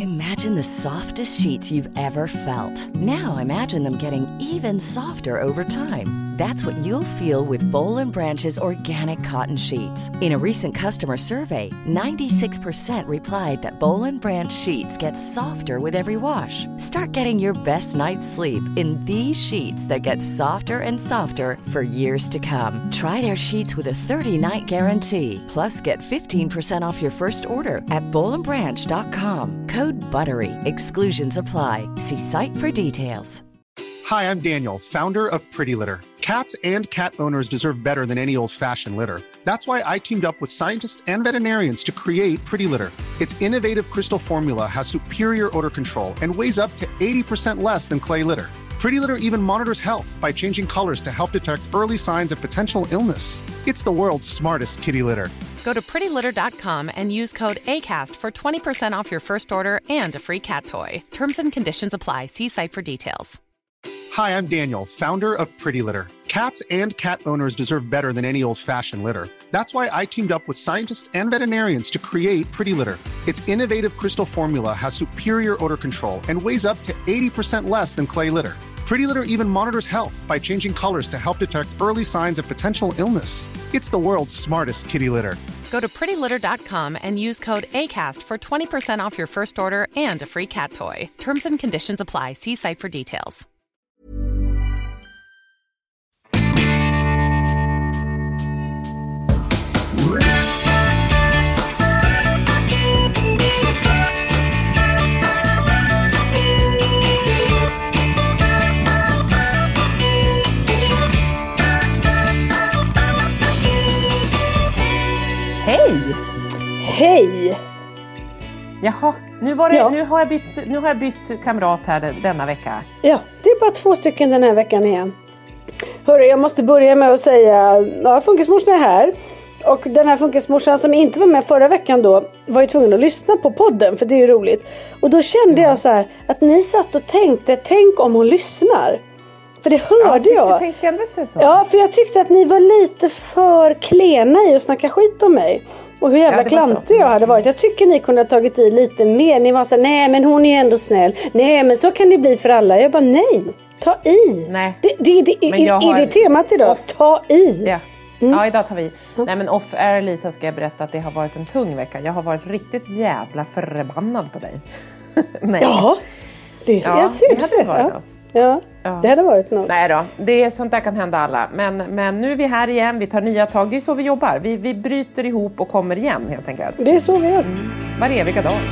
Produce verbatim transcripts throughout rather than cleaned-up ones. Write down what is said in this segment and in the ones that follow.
Imagine the softest sheets you've ever felt. Now imagine them getting even softer over time. That's what you'll feel with Boll and Branch's organic cotton sheets. In a recent customer survey, ninety-six percent replied that Boll and Branch sheets get softer with every wash. Start getting your best night's sleep in these sheets that get softer and softer for years to come. Try their sheets with a thirty-night guarantee. Plus, get fifteen percent off your first order at boll and branch dot com. Code BUTTERY. Exclusions apply. See site for details. Hi, I'm Daniel, founder of Pretty Litter. Cats and cat owners deserve better than any old-fashioned litter. That's why I teamed up with scientists and veterinarians to create Pretty Litter. Its innovative crystal formula has superior odor control and weighs up to eighty percent less than clay litter. Pretty Litter even monitors health by changing colors to help detect early signs of potential illness. It's the world's smartest kitty litter. Go to pretty litter dot com and use code ACAST for twenty percent off your first order and a free cat toy. Terms and conditions apply. See site for details. Hi, I'm Daniel, founder of Pretty Litter. Cats and cat owners deserve better than any old-fashioned litter. That's why I teamed up with scientists and veterinarians to create Pretty Litter. Its innovative crystal formula has superior odor control and weighs up to eighty percent less than clay litter. Pretty Litter even monitors health by changing colors to help detect early signs of potential illness. It's the world's smartest kitty litter. Go to pretty litter dot com and use code ACAST for twenty percent off your first order and a free cat toy. Terms and conditions apply. See site for details. Hej! Hej! Jaha, nu, var det, Ja. nu, har jag bytt, nu har jag bytt kamrat här denna vecka. Ja, det är bara två stycken den här veckan igen. Hörru, jag måste börja med att säga, ja, funkismorsan är här. Och den här funkismorsan som inte var med förra veckan då var ju tvungen att lyssna på podden, för det är ju roligt. Och då kände jag så här att ni satt och tänkte, tänk om hon lyssnar. För det hörde ja, jag. Tänk, kändes det så? Ja, för jag tyckte att ni var lite för klena i att snacka skit om mig. Och hur jävla Ja, klantig jag hade varit. Jag tycker ni kunde ha tagit i lite mer. Ni var så här, nej men hon är ändå snäll. Nej men så kan det bli för alla. Jag bara, nej, ta i. Nej. Det, det, det, Men är, jag är har- det temat idag? Ta i. Ja. Mm. Ja, idag tar vi. Nej, men off air, Lisa, ska jag berätta att det har varit en tung vecka. Jag har varit riktigt jävla förbannad på dig. Nej. Ja, det, Ja, jag ser det det. hade ser. varit Ja. något. Ja, Ja. det hade varit något. Nej då, det är sånt där kan hända alla. Men, men nu är vi här igen, vi tar nya tag. Det är så vi jobbar. Vi, vi bryter ihop och kommer igen helt enkelt. Det är så vi gör. Var eviga dag.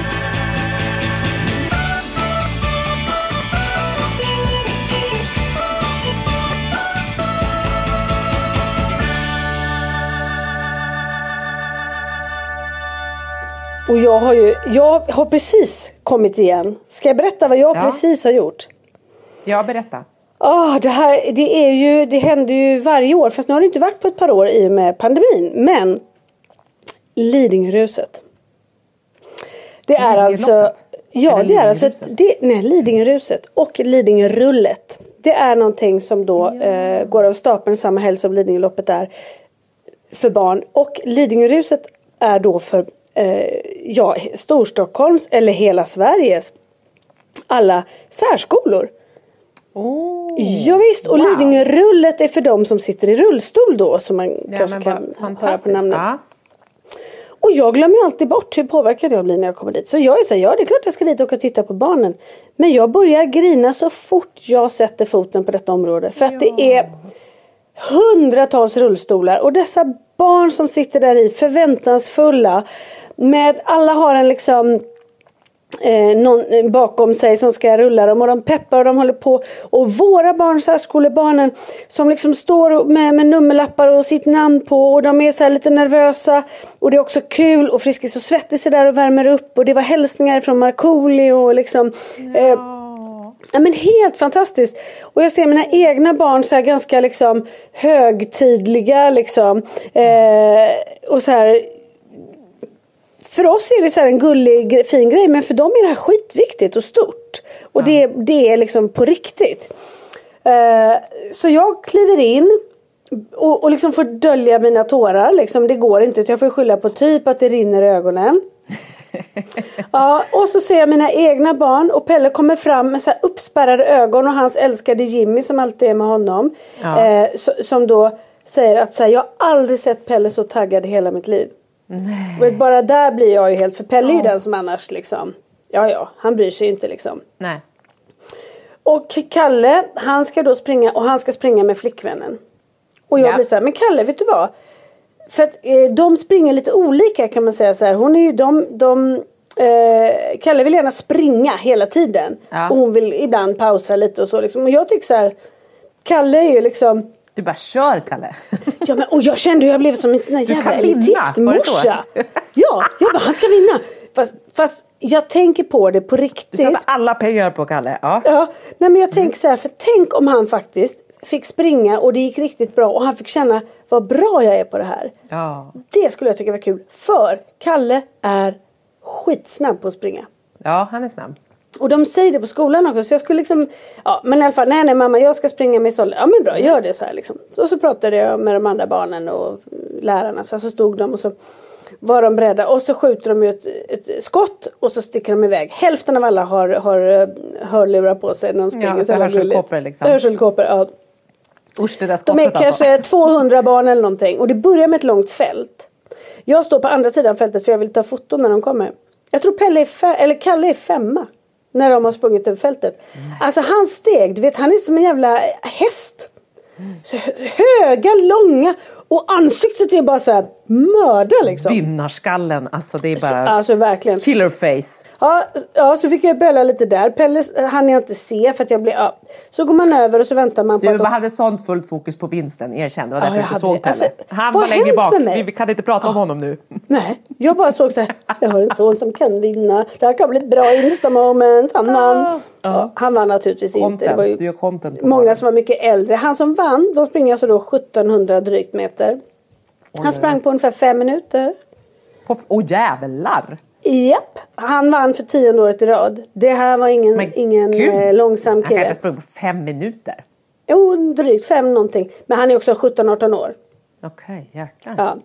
Och jag har ju, jag har precis kommit igen. Ska jag berätta vad jag Ja. precis har gjort? Ja, berätta. Oh, det här, det är ju, det händer ju varje år. Fast nu har det inte varit på ett par år i och med pandemin. Men Lidingöruset. Det är alltså, ja, Eller det är alltså, Lidingöruset? det, nej, Lidingöruset och Lidingörullet. Det är någonting som då Ja. eh, går av stapeln samma helg som Lidingöloppet är för barn. Och Lidingöruset är då för eh, ja, Storstockholms eller hela Sveriges alla särskolor. Oh, Ja visst, och wow. Lidingörullet är för dem som sitter i rullstol då, som man Ja, kanske men kan vad höra på namnet. Ja. Och jag glömmer ju alltid bort hur påverkad jag blir när jag kommer dit. Så jag är så här, ja det är klart jag ska dit och åka och titta på barnen. Men jag börjar grina så fort jag sätter foten på detta område. För att Ja. det är hundratals rullstolar. Och dessa barn som sitter där i förväntansfulla. Med alla har en liksom... Eh, någon bakom sig som ska rulla dem och de peppar och de håller på, och våra barn, särskolebarnen som liksom står med, med nummerlappar och sitt namn på, och de är så här lite nervösa, och det är också kul, och Friskis och Svettis är där och värmer upp, och det var hälsningar från Markoolio och liksom eh, ja, men helt fantastiskt. Och jag ser mina egna barn så här ganska liksom högtidliga liksom eh, och så här. För oss är det så här en gullig, fin grej. Men för dem är det här skitviktigt och stort. Och ja. det, det är liksom på riktigt. Uh, så jag kliver in. Och, och liksom får dölja mina tårar. Liksom, det går inte. Jag får skylla på typ att det rinner i ögonen. Ja, och så ser jag mina egna barn och Pelle kommer fram med så här uppspärrade ögon och hans älskade Jimmy som alltid är med honom. Ja. Eh, så, som då säger att så här, jag har aldrig sett Pelle så taggad i hela mitt liv. Nej. Och bara där blir jag ju helt, för Pelle är ju den som annars liksom, ja ja, han bryr sig inte liksom. Nej. Och Kalle, han ska då springa och han ska springa med flickvännen. Och jag ja. blir så här, men Kalle, vet du vad? För att eh, de springer lite olika kan man säga så här. Hon är ju, de, de eh, Kalle vill gärna springa hela tiden. Ja. Och hon vill ibland pausa lite och så liksom. Och jag tycker så här, Kalle är ju liksom... Du bara kör, Kalle. Ja, men, och jag kände hur jag blev som en sån här jävla elitistmorsa. Ja, jag bara, han ska vinna. Fast, fast jag tänker på det på riktigt. Du satte alla pengar på Kalle. Ja, ja nej, men jag tänker mm. så här, för tänk om han faktiskt fick springa och det gick riktigt bra. Och han fick känna vad bra jag är på det här. Ja. Det skulle jag tycka var kul. För Kalle är skitsnabb på att springa. Ja, han är snabb. Och de säger det på skolan också. Så jag skulle liksom... Ja, men i alla fall, nej nej mamma, jag ska springa med Sol. Ja men bra, gör det så här liksom. Och så pratade jag med de andra barnen och lärarna. Så, så stod de och så var de beredda. Och så skjuter de ut ett, ett skott och så sticker de iväg. Hälften av alla har, har hörlurar på sig när de springer. Ja, så hörselkåpor liksom. Hörselkåpor, ja. Usch, det där de är kanske alltså. tvåhundra barn eller någonting. Och det börjar med ett långt fält. Jag står på andra sidan fältet för jag vill ta foton när de kommer. Jag tror Pelle är fe- eller Kalle är femma. När de har sprungit över fältet. Nej. Alltså hans steg, du vet, han är som en jävla häst. Mm. Så höga, långa. Och ansiktet är bara så här mörda liksom. Vinnarskallen, alltså det är bara... Så, alltså verkligen. Killer face. Ja, ja, så fick jag böla lite där. Pelle hann jag inte se för att jag blev... Ja. Så går man över och så väntar man på du, att... Du hade sånt fullt fokus på vinsten, erkänn. Det var därför ja, jag inte såg Pelle. Alltså, han var längre bak. Vi kan inte prata ja. om honom nu. Nej, jag bara såg så här. Jag har en son som kan vinna. Det här kan bli ett bra Insta-moment. Han vann. Ja. Ja, han vann naturligtvis content. inte. Det var ju du gör content många honom. Som var mycket äldre. Han som vann, de springer alltså då sjuttonhundra drygt meter. Han sprang på ungefär fem minuter. Åh oh, jävlar! Japp, han vann för tionde året i rad. Det här var ingen, men, ingen eh, långsam kille. Han kan inte springa på fem minuter. Jo, drygt fem någonting. Men han är också sjutton arton år. Okej, okay, jäklar. Ja.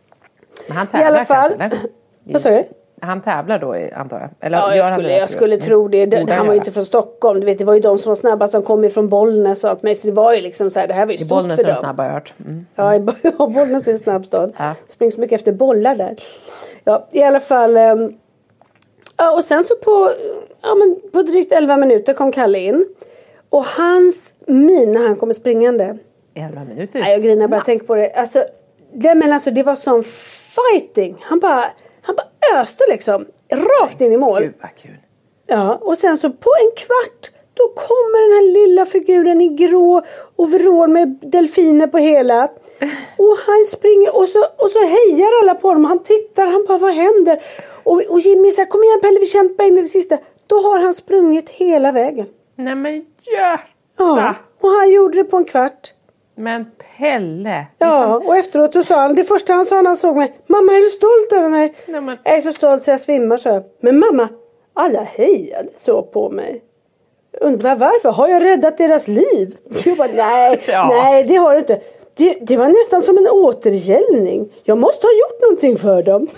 Men han tävlar I alla fall, kanske, eller? Vad sa du? Han tävlar då, antar jag. Eller ja, jag skulle, jag skulle tro det. det han var ju inte från Stockholm. Du vet, det var ju de som var snabba som kom ifrån Bollnäs och allt med. Så det var ju liksom så här, det här var ju stort för dem. Bollnäs är snabba, jag hört. Mm. Ja, i Bollnäs är en snabb stad. Ja. Springs så mycket efter bollar där. Ja, i alla fall... Um, ja, och sen så på, ja, men på drygt elva minuter kom Kalle in. Och hans min när han kommer springande. elva minuter? Nej, jag grinar bara, tänk på det. Alltså, det, men alltså, det var sån fighting. Han bara... Han bara öste liksom. Rakt in i mål. Gud vad kul. Ja, och sen så på en kvart. Då kommer den här lilla figuren i grå overall med delfiner på hela. Och han springer och så, och så hejar alla på honom. Han tittar, han bara, vad händer? Och, och Jimmy säger, kom igen Pelle, vi kämpar in i det sista. Då har han sprungit hela vägen. Nej men hjärta. Ja, och han gjorde det på en kvart. Men Pelle. Ja, och efteråt så sa han, det första han sa när han såg mig, mamma är du stolt över mig? Nej, men... Jag är så stolt så jag svimmar så. Men mamma, alla hejade så på mig. Undrar varför, har jag räddat deras liv? Jag bara, nej, ja. nej det har du inte. Det, det var nästan som en återgällning. Jag måste ha gjort någonting för dem.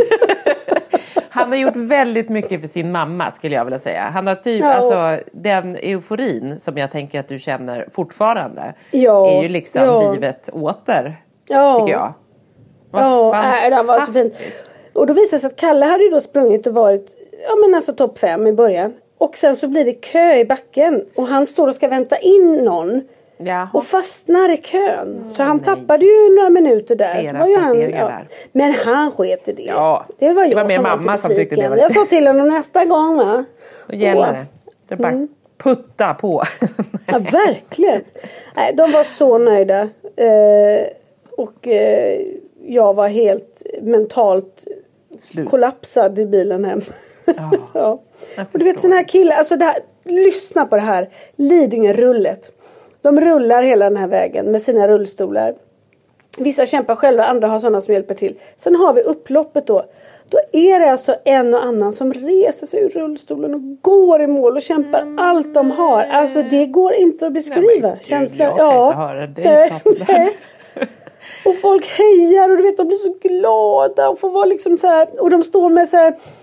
Han har gjort väldigt mycket för sin mamma, skulle jag vilja säga. Han har typ, ja. alltså den euforin som jag tänker att du känner fortfarande. Ja. Är ju liksom ja. livet åter, ja. tycker jag. Vad ja, fan? Äh, det var så fint. Och då visade det sig att Kalle hade ju då sprungit och varit, ja men alltså topp fem i början. Och sen så blir det kö i backen. Och han står och ska vänta in någon. Jaha. Och fastnar i kön. Mm, så han nej. tappade ju några minuter där. Det var ju han, ja. Men han sket i det. Ja. Det var jag det var mer som mamma som tyckte det var. Jag sa till honom nästa gång, va? Då gäller det. Det bara mm. putta på. Ja, verkligen. Nej, de var så nöjda. Eh, och eh, jag var helt mentalt Slut. kollapsad i bilen hem. Ja. ja. Och du vet sån här killar, alltså det här, lyssna på det här. Lidingö-rullet. De rullar hela den här vägen med sina rullstolar. Vissa kämpar själva, andra har sådana som hjälper till. Sen har vi upploppet då. Då är det alltså en och annan som reser sig ur rullstolen och går i mål och kämpar mm. allt de har. Alltså det går inte att beskriva. Nej, känslan. Jag kan ja. inte höra det. Nej. Och folk hejar och du vet, de blir så glada och får vara liksom så här, och de står med så här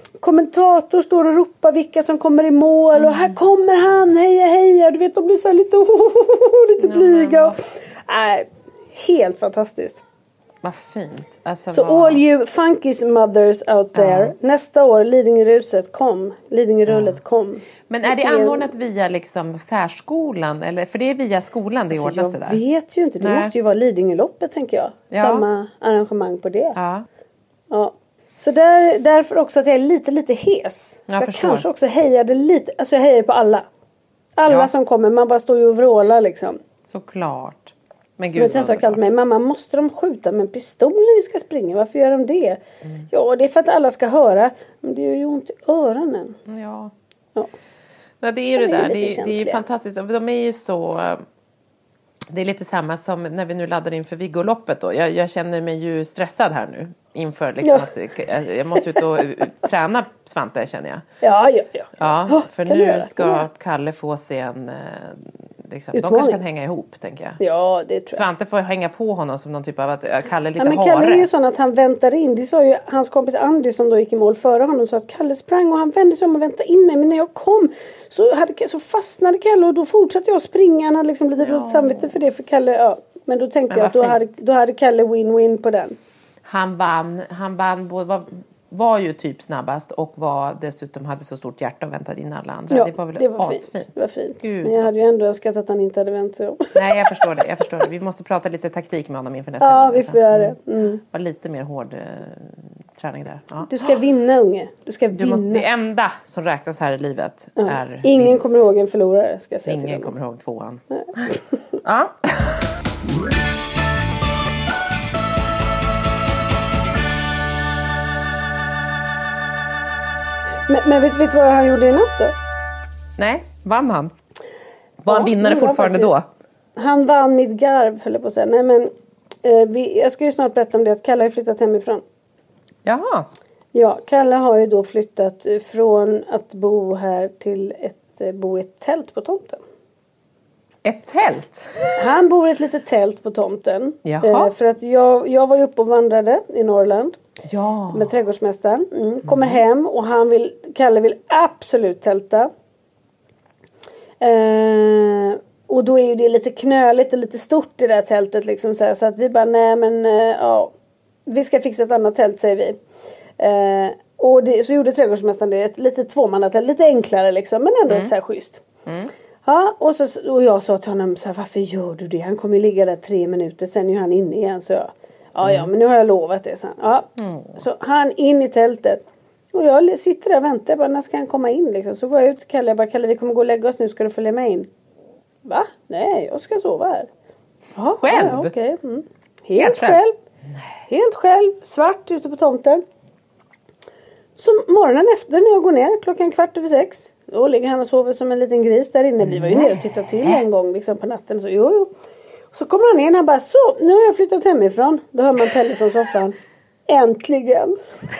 kommentator står och ropar vilka som kommer i mål. Mm. Och här kommer han, heja heja. Du vet, de blir så här lite, oh, lite blyga. Och, äh, helt fantastiskt. Vad fint. Alltså, så vad... all you funkies mothers out there. Ja. Nästa år, Lidingöruset kom. Lidingörullet ja. kom. Men är det anordnat via liksom särskolan? Eller, för det är via skolan det är alltså, ordnat det där. Jag vet ju inte. Det Nej. måste ju vara Lidingöloppet tänker jag. Ja. Samma arrangemang på det. Ja. Ja. Så där, därför också att jag är lite, lite hes. Jag, jag kanske också hejade lite. Alltså jag hejar på alla. Alla ja. som kommer. Man bara står ju och vrålar liksom. Såklart. Men, Gud, men sen så har jag kallat mig, mamma måste de skjuta med en pistol när vi ska springa? Varför gör de det? Mm. Ja, det är för att alla ska höra. Men det gör ju ont i öronen. Ja. Ja. Nej, det är ju det, det där. Det är, det är ju fantastiskt. De är ju så... Det är lite samma som när vi nu laddar inför Viggoloppet då. Jag, jag känner mig ju stressad här nu. Inför liksom ja. att jag måste ut och träna Svante känner jag. Ja, ja, ja. Ja, för nu ska Kalle få se en... Liksom. De kanske kan hänga ihop, tänker jag. Ja, det tror jag. Svante får hänga på honom som någon typ av att Kalle är lite ja, men hare. Kalle är ju sån att han väntar in. Det sa ju hans kompis Andy som då gick i mål före honom. Så att Kalle sprang och han vände sig om och väntade in mig. Men när jag kom så, hade, så fastnade Kalle och då fortsatte jag springa. Han hade liksom lite ja. dåligt samvete för det. För Kalle, ja. Men då tänkte men jag att då hade, då hade Kalle win-win på den. Han vann. Han vann både... Var, var ju typ snabbast och var dessutom hade så stort hjärta och väntade in alla andra. Ja, det var väl det var fint. fint. Det var fint. Gud. Men jag hade ju ändå önskat att han inte hade vänt sig om. Nej, jag förstår det. Jag förstår det. Vi måste prata lite taktik med honom inför nästa Ja, gång, vi får göra det. Mm. Var lite mer hård eh, träning där. Ja. Du ska vinna, unge. Du ska vinna. Du måste, det enda som räknas här i livet ja. är Ingen vinst. kommer ihåg en förlorare, ska jag säga. Ingen kommer ihåg tvåan. Ja. Men, men vet du vad han gjorde i natt då? Nej, vann han? Var ja, han vinnare fortfarande då? Han vann mitt garv, höll jag på att säga. Nej men, eh, vi, jag ska ju snart berätta om det att Kalle har flyttat hemifrån. Jaha. Ja, Kalle har ju då flyttat från att bo här till ett eh, bo i ett tält på tomten. Ett tält? Han bor i ett litet tält på tomten. Jaha. Eh, för att jag, jag var ju uppe och vandrade i Norrland. Ja. Med trädgårdsmästaren. Mm. Kommer mm. hem och han vill, Kalle vill absolut tälta. Eh, och då är ju det lite knöligt och lite stort i det här tältet. Liksom, så, här, så att vi bara, nej men eh, ja, vi ska fixa ett annat tält säger vi. Eh, och det, så gjorde trädgårdsmästaren det, ett lite tvåmannatält, lite enklare liksom, men ändå mm. ett så här schysst. Mm. Ja, och, så, och jag sa till honom så här, varför gör du det? Han kommer ju ligga där tre minuter, sen är han inne igen så jag. Ja, mm. ja, men nu har jag lovat det. Så, ja. Mm. Så han in i tältet. Och jag sitter där och väntar. Jag bara, när ska han komma in? Liksom. Så går jag ut till Kalle. Jag bara, Kalle, vi kommer gå och lägga oss nu. Ska du följa med in? Va? Nej, jag ska sova här. Jaha, själv? Ja, okej. Okay. Mm. Helt, Helt själv. själv. Helt själv. Svart ute på tomten. Så morgonen efter när jag går ner. Klockan kvart över sex. Då ligger han och sover som en liten gris där inne. Vi var ju nere och tittade till en gång liksom, på natten. Så jo, jo. Så kommer han in och han bara, så nu har jag flyttat hemifrån. Då hör man Pelle från soffan. Äntligen.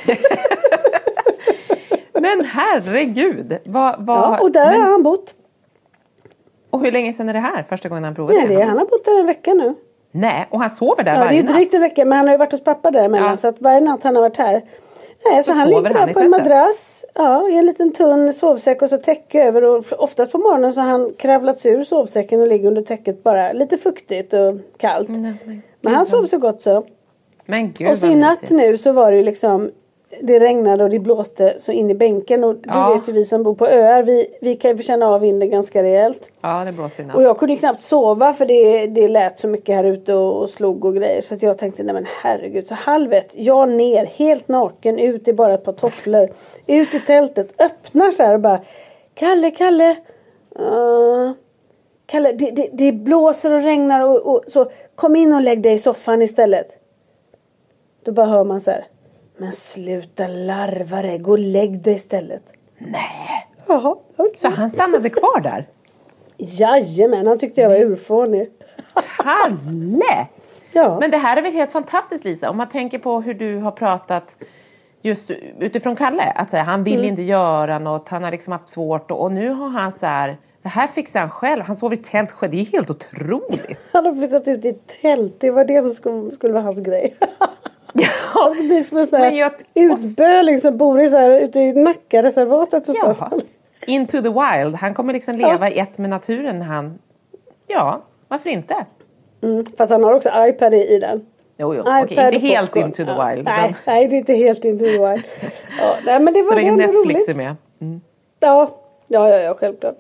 Men herregud. Vad, vad, ja, och där men... har han bott. Och hur länge sedan är det här? Första gången han provade Nej, det? Han har bott där en vecka nu. Nej, och han sover där ja, varje natt? Ja, det är drygt en vecka. Men han har ju varit hos pappa där emellan. Ja. Så att varje natt han har varit här. Nej, så, så han ligger där på en madrass. Ja, i en liten tunn sovsäck och så täcke över. Och oftast på morgonen så har han kravlat sig ur sovsäcken och ligger under täcket bara. Lite fuktigt och kallt. Mm, men, men han sov så gott så. Men gud, och så i natt nu så var det ju liksom. Det regnade och det blåste så in i bänken. Och du ja. vet ju vi som bor på öar. Vi, vi kan ju känna av vinden ganska rejält. Ja, det blåste i natt. Och jag kunde ju knappt sova för det, det lät så mycket här ute och, och slog och grejer. Så att jag tänkte, nej men herregud. Så halvet, jag ner, helt naken, ut i bara ett par tofflor. Ut i tältet, öppnar så här och bara. Kalle, Kalle. Uh, Kalle, det, det, det blåser och regnar och, och så. Kom in och lägg dig i soffan istället. Då bara hör man så här. Men sluta larva dig. Gå och lägg dig istället. Nej. Jaha, okay. Så han stannade kvar där? Jajamän, han tyckte jag var urfånig. Kalle! Ja. Men det här är väl helt fantastiskt, Lisa. Om man tänker på hur du har pratat just utifrån Kalle. Att säga, han vill mm. inte göra något. Han har liksom haft svårt. Och, och nu har han så här. Det här fixar han själv. Han sover i tält själv. Det är helt otroligt. Han har flyttat ut i tält. Det var det som skulle, skulle vara hans grej. Ja, det blir som en sån här jag... utböling som bor i så här, ute i Nacka-reservatet. Ja. Into the wild. Han kommer liksom leva ja. i ett med naturen. Han... Ja, varför inte? Mm, fast han har också iPad i, i den. Jo, jo. Okej, inte helt into the ja. wild. Nej, men... nej, det är inte helt into the wild. Ja, nej, men det var så länge Netflix roligt. är med. Mm. Ja, ja, ja, ja, självklart.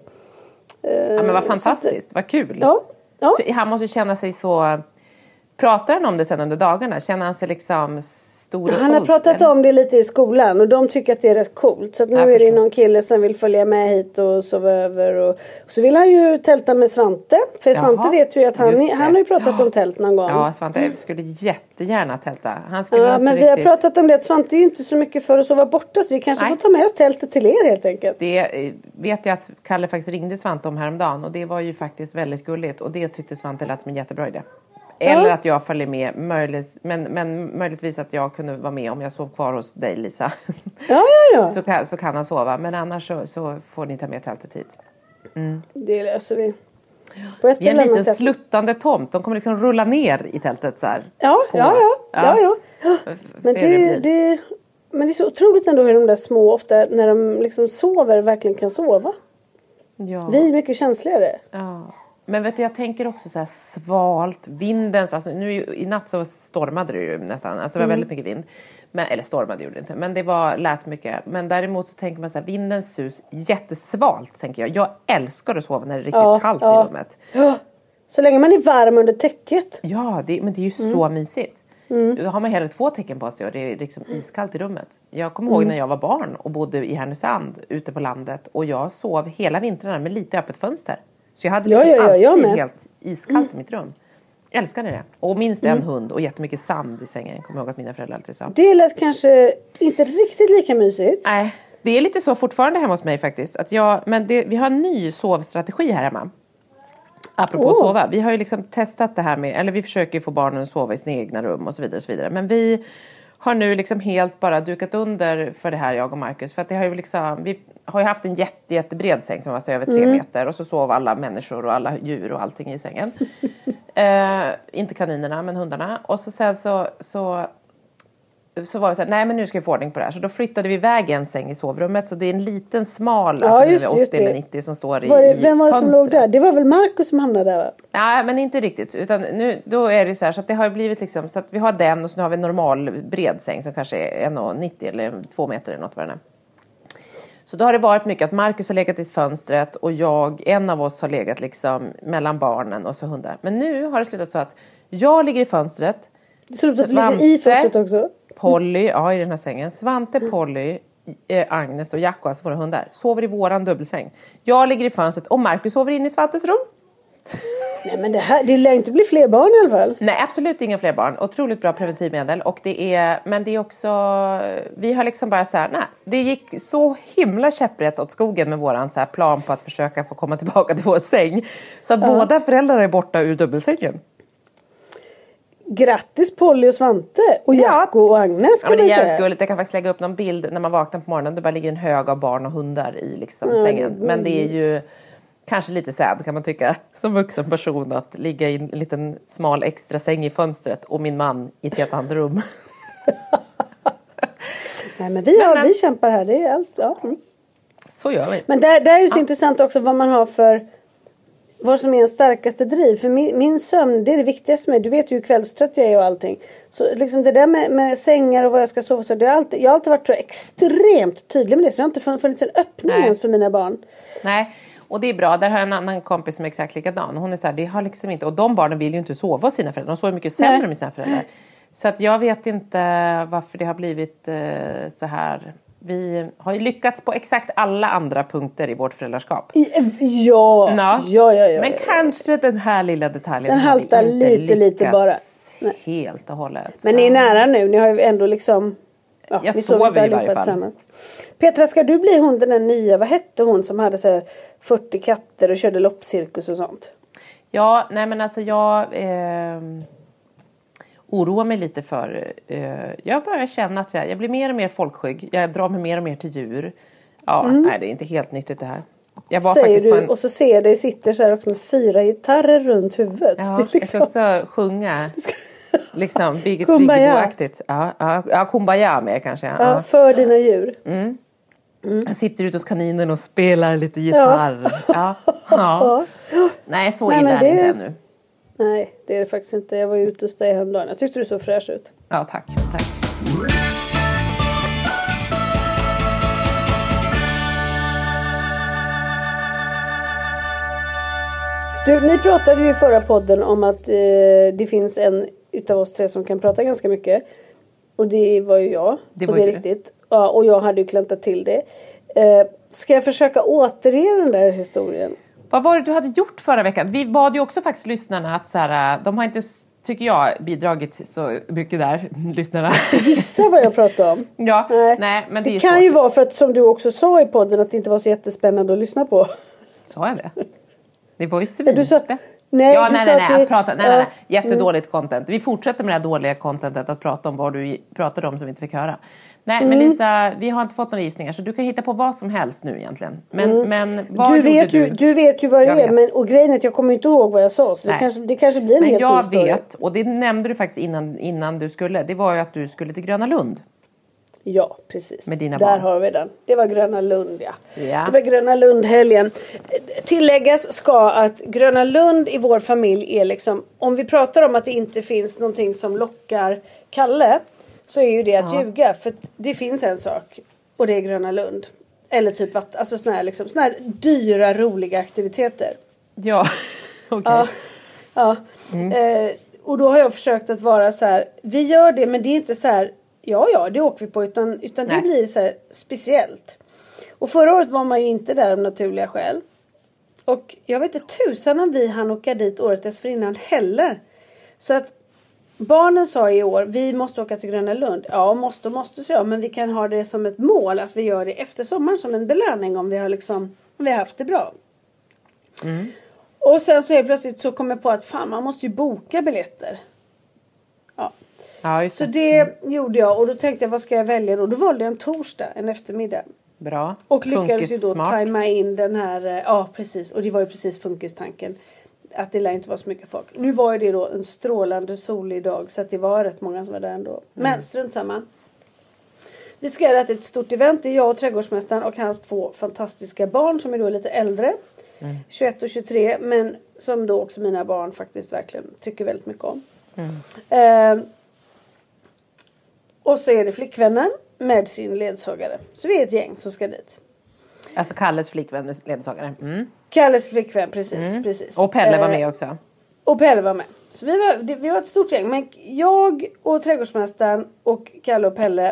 Ja, men vad fantastiskt. Vad kul. Ja, ja. Så han måste känna sig så... Pratar han om det sen under dagarna? Känner han sig liksom stor och Han har pratat om det lite i skolan och de tycker att det är rätt coolt. Så att nu jag är det förstår. någon kille som vill följa med hit och sova över. Och, och så vill han ju tälta med Svante. För Svante Jaha, vet ju att han, han har ju pratat ja. om tält någon gång. Ja, Svante skulle jättegärna tälta. Han skulle Ja, inte men riktigt... vi har pratat om det att Svante är ju inte så mycket för att sova borta. Så vi kanske Nej. får ta med oss tältet till er helt enkelt. Det vet jag att Kalle faktiskt ringde Svante om häromdagen. Och det var ju faktiskt väldigt gulligt. Och det tyckte Svante lät som en jättebra idé. Eller ja. att jag följer med. Möjligt, men, men möjligtvis att jag kunde vara med om jag sov kvar hos dig, Lisa. Ja, ja, ja. så, kan, så kan han sova. Men annars så, så får ni ta med tältet hit. Mm. Det löser vi. På ett det är en eller annat liten sätt. sluttande tomt. De kommer liksom rulla ner i tältet så här. Ja, på. ja, ja. ja, ja. ja. Men, det, det, det, det, men det är så otroligt ändå hur de där små ofta när de liksom sover verkligen kan sova. Ja. Vi är mycket känsligare. Ja. Men vet du, jag tänker också så här svalt, vindens, alltså nu i natt så stormade det ju nästan, alltså det var Mm. väldigt mycket vind. Men, eller stormade gjorde det inte, men det var lät mycket. Men däremot så tänker man så här, vindens sus, jättesvalt tänker jag. Jag älskar att sova när det är riktigt Ja, kallt ja. i rummet. Ja. Så länge man är varm under täcket. Ja, det, men det är ju Mm. så mysigt. Då har man hellre två tecken på sig och det är liksom iskallt i rummet. Jag kommer ihåg Mm. när jag var barn och bodde i Härnösand ute på landet. Och jag sov hela vintrarna med lite öppet fönster. Så jag hade Ja, liksom ja, ja, jag alltid med. helt iskallt i mitt rum. Älskade det. Och minst en hund och jättemycket sand i sängen. Kommer ihåg att mina föräldrar alltid sa. Det lät kanske inte riktigt lika mysigt. Nej, det är lite så fortfarande hemma hos mig faktiskt. Att jag, men det, vi har en ny sovstrategi här hemma. Apropå Oh. sova. Vi har ju liksom testat det här med, eller vi försöker få barnen att sova i sina egna rum och så vidare och så vidare. Men vi har nu liksom helt bara dukat under för det här, jag och Marcus. För att det har ju liksom, vi har ju haft en jätte, jättebred säng som var så över tre Mm. meter. Och så sov alla människor och alla djur och allting i sängen. eh, inte kaninerna, men hundarna. Och så sen så, så, så var vi så här, nej men nu ska vi få ordning på det här. Så då flyttade vi iväg en säng i sovrummet. Så det är en liten smal, Ja, alltså just, nu är just åttio eller det. nittio som står i, Var det, i vem var det som fönstret. låg där? Det var väl Marcus som hamnade där, va? Nej, men inte riktigt. Utan nu, då är det så här så att det har blivit liksom, så att vi har den och så nu har vi en normal bred säng som kanske är en komma nittio eller två meter eller något vad den är. Så då har det varit mycket att Marcus har legat i fönstret och jag, en av oss har legat liksom mellan barnen och så hundar. Men nu har det slutat så att jag ligger i fönstret. Det ser ut att du ligger i fönstret också. Polly, ja i den här sängen. Svante, Polly, eh, Agnes och Jacko, alltså våra hundar, sover i våran dubbelsäng. Jag ligger i fönstret och Marcus sover in i Svantes rum. Nej, men det här, det lär inte bli fler barn i alla fall. Nej, absolut inga fler barn. Otroligt bra preventivmedel. Och det är, men det är också, vi har liksom bara så här, nej. Det gick så himla käpprätt åt skogen med våran så här plan på att försöka få komma tillbaka till vår säng. Så att Ja. båda föräldrar är borta ur dubbelsängen. Grattis Polly och Svante. Och Ja. Jacko och Agnes Ja, kan men det man är jävligt säga. gulligt. Jag kan faktiskt lägga upp någon bild när man vaknar på morgonen. Det bara ligger en hög av barn och hundar i liksom Ja, sängen. det är Men det är ju kanske lite sad kan man tycka. Som vuxen person att ligga i en liten smal extra säng i fönstret. Och min man i ett helt annat rum. Nej, men vi, har, Men, men. vi kämpar här. Det är allt. Ja. Mm. Så gör vi. Men där, där är det så intressant också vad man har för... Vad som är en starkaste driv. För min, min sömn, det är det viktigaste för mig. Du vet ju hur kvällstrött jag är och allting. Så liksom det där med, med sängar och vad jag ska sova så. Det har alltid, jag har alltid varit så extremt tydlig med det. Så det har inte funnits, funnits en öppning Nej. ens för mina barn. Nej, och det är bra. Där har jag en annan kompis som är exakt likadan. Hon är så här, det har liksom inte... Och de barnen vill ju inte sova hos sina föräldrar. De sover mycket sämre Nej. med sina föräldrar. Så att jag vet inte varför det har blivit eh, så här. Vi har ju lyckats på exakt alla andra punkter i vårt föräldraskap. I, ja, Ja. ja, ja, ja. Men ja. kanske den här lilla detaljen. Den har vi haltar inte lite, lite lyckats bara. Nej. Helt och hållet. Men ni är nära nu. Ni har ju ändå liksom... Ja, Jag ni sover inte i allihopa varje fall. tillsammans. Petra, ska du bli hon den där nya? Vad hette hon som hade så här fyrtio katter och körde loppcirkus och sånt? Ja, nej men alltså jag eh, oroar mig lite för... Eh, jag börjar känna att jag, jag blir mer och mer folkskygg. Jag drar mig mer och mer till djur. Ja, nej det är inte helt nyttigt det här. Jag var Säger faktiskt du på en... och så ser jag dig sitter så här också med fyra gitarrer runt huvudet. Ja, Det är jag ska liksom... också sjunga. Liksom Birgit Friggebo-aktigt. Ja, ja, ja, kumbaya med kanske. Ja, ja för dina djur. Mm. Mm. Jag sitter ute hos kaninen och spelar lite gitarr. Ja. Ja. Ja. Nej, så illa är det inte ännu. Nej, det är det faktiskt inte. Jag var ute hos dig häromdagen. Jag tyckte du så fräsch ut. Ja, tack. tack. Du, ni pratade ju i förra podden om att eh, det finns en utav oss tre som kan prata ganska mycket. Och det var ju jag. Det var och det är du. riktigt. Ja, och jag hade ju klantat till det. Eh, ska jag försöka återge den där historien? Vad var det du hade gjort förra veckan? Vi bad ju också faktiskt lyssnarna att så här, de har inte, tycker jag, bidragit så mycket där, lyssnarna. Gissa vad jag pratade om. Ja, nej, nej men det, det är kan svårt. ju vara för att, som du också sa i podden, att det inte var så jättespännande att lyssna på. Sa jag det? Det var ju svinspännande. Nej, ja, du nej, sa nej, att nej, det... prata, nej, nej, nej. Mm. Jättedåligt content. Vi fortsätter med det här dåliga contentet att prata om vad du pratade om som vi inte fick höra. Nej, Mm. men Lisa, vi har inte fått några gissningar så du kan hitta på vad som helst nu egentligen. Men, Mm. men vad du vet du? Ju, du vet ju vad det jag är, men, och grejen är att jag kommer inte ihåg vad jag sa. Så det kanske, det kanske blir en men helt jag ny story. vet, och det nämnde du faktiskt innan, innan du skulle. Det var ju att du skulle till Gröna Lund. Ja, precis. Med dina Där barn. har vi den. Det var Gröna Lund, ja. ja. Det var Gröna Lund-helgen. Tilläggas ska att Gröna Lund i vår familj är liksom... Om vi pratar om att det inte finns någonting som lockar Kalle, så är ju det att ja. ljuga. För det finns en sak, och det är Gröna Lund. Eller typ vatt, alltså såna här, liksom, såna här dyra, roliga aktiviteter. Ja, okej. Okay. Ja, ja. Mm. Eh, och då har jag försökt att vara så här, vi gör det, men det är inte så här... Ja, ja, det åker vi på. Utan, utan det blir så här speciellt. Och förra året var man ju inte där av naturliga skäl. Och jag vet inte tusan om vi hann åka dit året dessförinnan heller. Så att barnen sa i år, vi måste åka till Gröna Lund. Ja, måste och måste så. Men vi kan ha det som ett mål att vi gör det efter sommaren som en belöning om vi har, liksom, om vi har haft det bra. Mm. Och sen så är plötsligt så kom jag på att fan, man måste ju boka biljetter. Ja. Ja, just det. Så det mm. gjorde jag och då tänkte jag vad ska jag välja då? Då valde jag en torsdag, en eftermiddag. Bra. Och lyckades funkis ju då smart. tajma in den här, ja precis, och det var ju precis funkistanken. Att det lär inte vara så mycket folk. Nu var ju det då en strålande solig dag så att det var rätt många som var där ändå. Mm. Men strunt samma. Vi ska göra ett stort event, det är jag och trädgårdsmästaren och hans två fantastiska barn som är då lite äldre. Mm. tjugoett och tjugotre, men som då också mina barn faktiskt verkligen tycker väldigt mycket om. Mm. Eh, Och så är det flickvännen med sin ledsagare. Så vi är ett gäng som ska dit. Alltså Kalles flickvän med ledsagare. Mm. Kalles flickvän, precis. Mm. precis. Och Pelle var med också. Och Pelle var med. Så vi var, det, vi var ett stort gäng. Men jag och trädgårdsmästaren och Kalle och Pelle,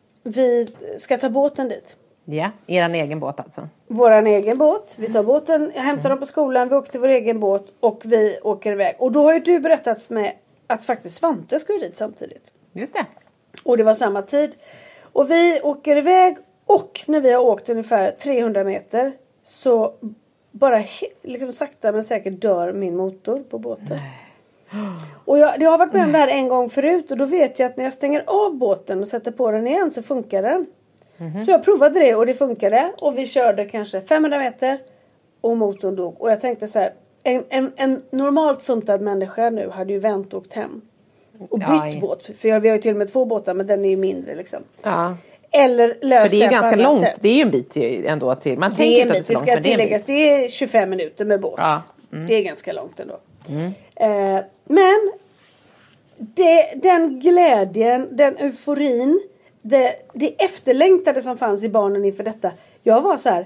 vi ska ta båten dit. Ja, eran egen båt alltså. Våran egen båt. Vi tar båten, jag hämtar dem på skolan, vi åker till vår egen båt och vi åker iväg. Och då har ju du berättat för mig att faktiskt Svante ska dit samtidigt. Just det. Och det var samma tid. Och vi åker iväg. Och när vi har åkt ungefär trehundra meter. Så bara he- liksom sakta men säkert dör min motor på båten. Nej. Och jag, det har varit med om det här en gång förut. Och då vet jag att när jag stänger av båten och sätter på den igen så funkar den. Mm-hmm. Så jag provade det och det funkade. Och vi körde kanske femhundra meter. Och motorn dog. Och jag tänkte så här. En, en, en normalt funtad människa nu hade ju vänt och åkt hem. Och bytt Aj. båt. För jag, vi har ju till och med två båtar. Men den är ju mindre liksom. Ja. Eller löst För det är ju ganska långt. Sätt. Det är ju en bit ändå till. Man det tänker inte att att det är så långt. Det ska men det är tilläggas. Det är tjugofem minuter med båt. Ja. Mm. Det är ganska långt ändå. Mm. Eh, men. Det, den glädjen. Den euforin. Det, det efterlängtade som fanns i barnen inför detta. Jag var så här.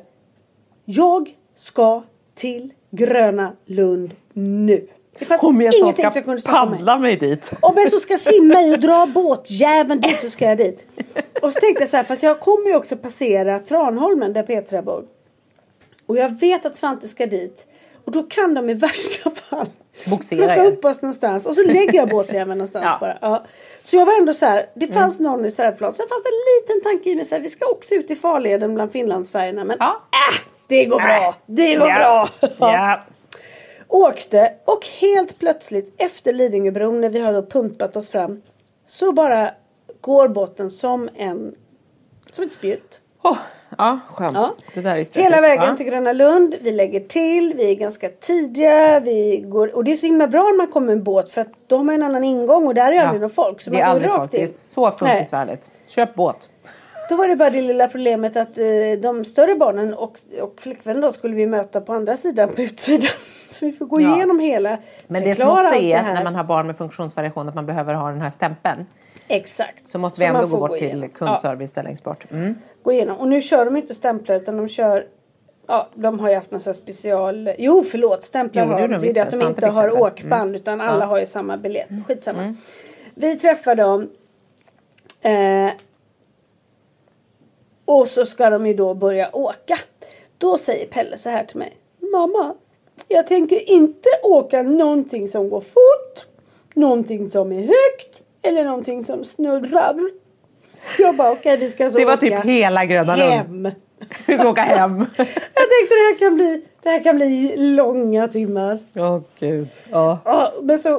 Jag ska till Gröna Lund nu. Det fanns Om jag ingenting ska som kunde stoppa mig. paddla mig dit. Om jag så ska simma i och dra båtjäveln dit så ska jag dit. Och så tänkte jag så här, fast jag kommer ju också passera Tranholmen där Petra bor. Och jag vet att Svante ska dit. Och då kan de i värsta fall plocka upp oss någonstans. Och så lägger jag båtjäveln någonstans ja. bara. Ja. Så jag var ändå så här, det fanns mm. någon i reservplan. Sen fanns det en liten tanke i mig så här, vi ska också ut i farleden bland Finlandsfärgerna. Men ja. äh, det går bra. Det går ja. bra. Ja. Åkte och helt plötsligt efter Lidingöbron när vi har då pumpat oss fram så bara går båten som en som ett spjut. Oh, Ja, skönt. Ja. Det där är hela vägen ja. till Gröna Lund. Vi lägger till. Vi är ganska tidiga. Vi går, och det är så himla bra när man kommer med en båt. För att de har en annan ingång. Och där är aldrig ja. någon folk. Så det man är går rakt folk. In. Det är så funkisvärdigt. Köp båt. Då var det bara det lilla problemet att eh, de större barnen och, och flickvännen då skulle vi möta på andra sidan på utsidan. Så vi får gå ja. igenom hela. Men det som också är när man har barn med funktionsvariation att man behöver ha den här stämpeln. Exakt. Så måste vi så ändå gå bort gå till kundservice ja. längst bort. Mm. Gå igenom. Och nu kör de inte stämplar utan de kör... Ja, de har ju haft någon special... Jo, förlåt. Stämplar jo, har de. Det är det att de inte har åkband mm. utan alla ja. har ju samma biljett. Skitsamma. Mm. Vi träffar dem. Eh, och så ska de ju då börja åka. Då säger Pelle så här till mig. Mamma, jag tänker inte åka någonting som går fort. Någonting som är högt. Eller någonting som snurrar. Jag bara, okej, okay, vi ska så det var åka typ hela Gröna Lund. Hem. Vi ska åka hem. Jag tänkte det här kan bli, det här kan bli långa timmar. Åh, oh, gud. Ja. Ja, men så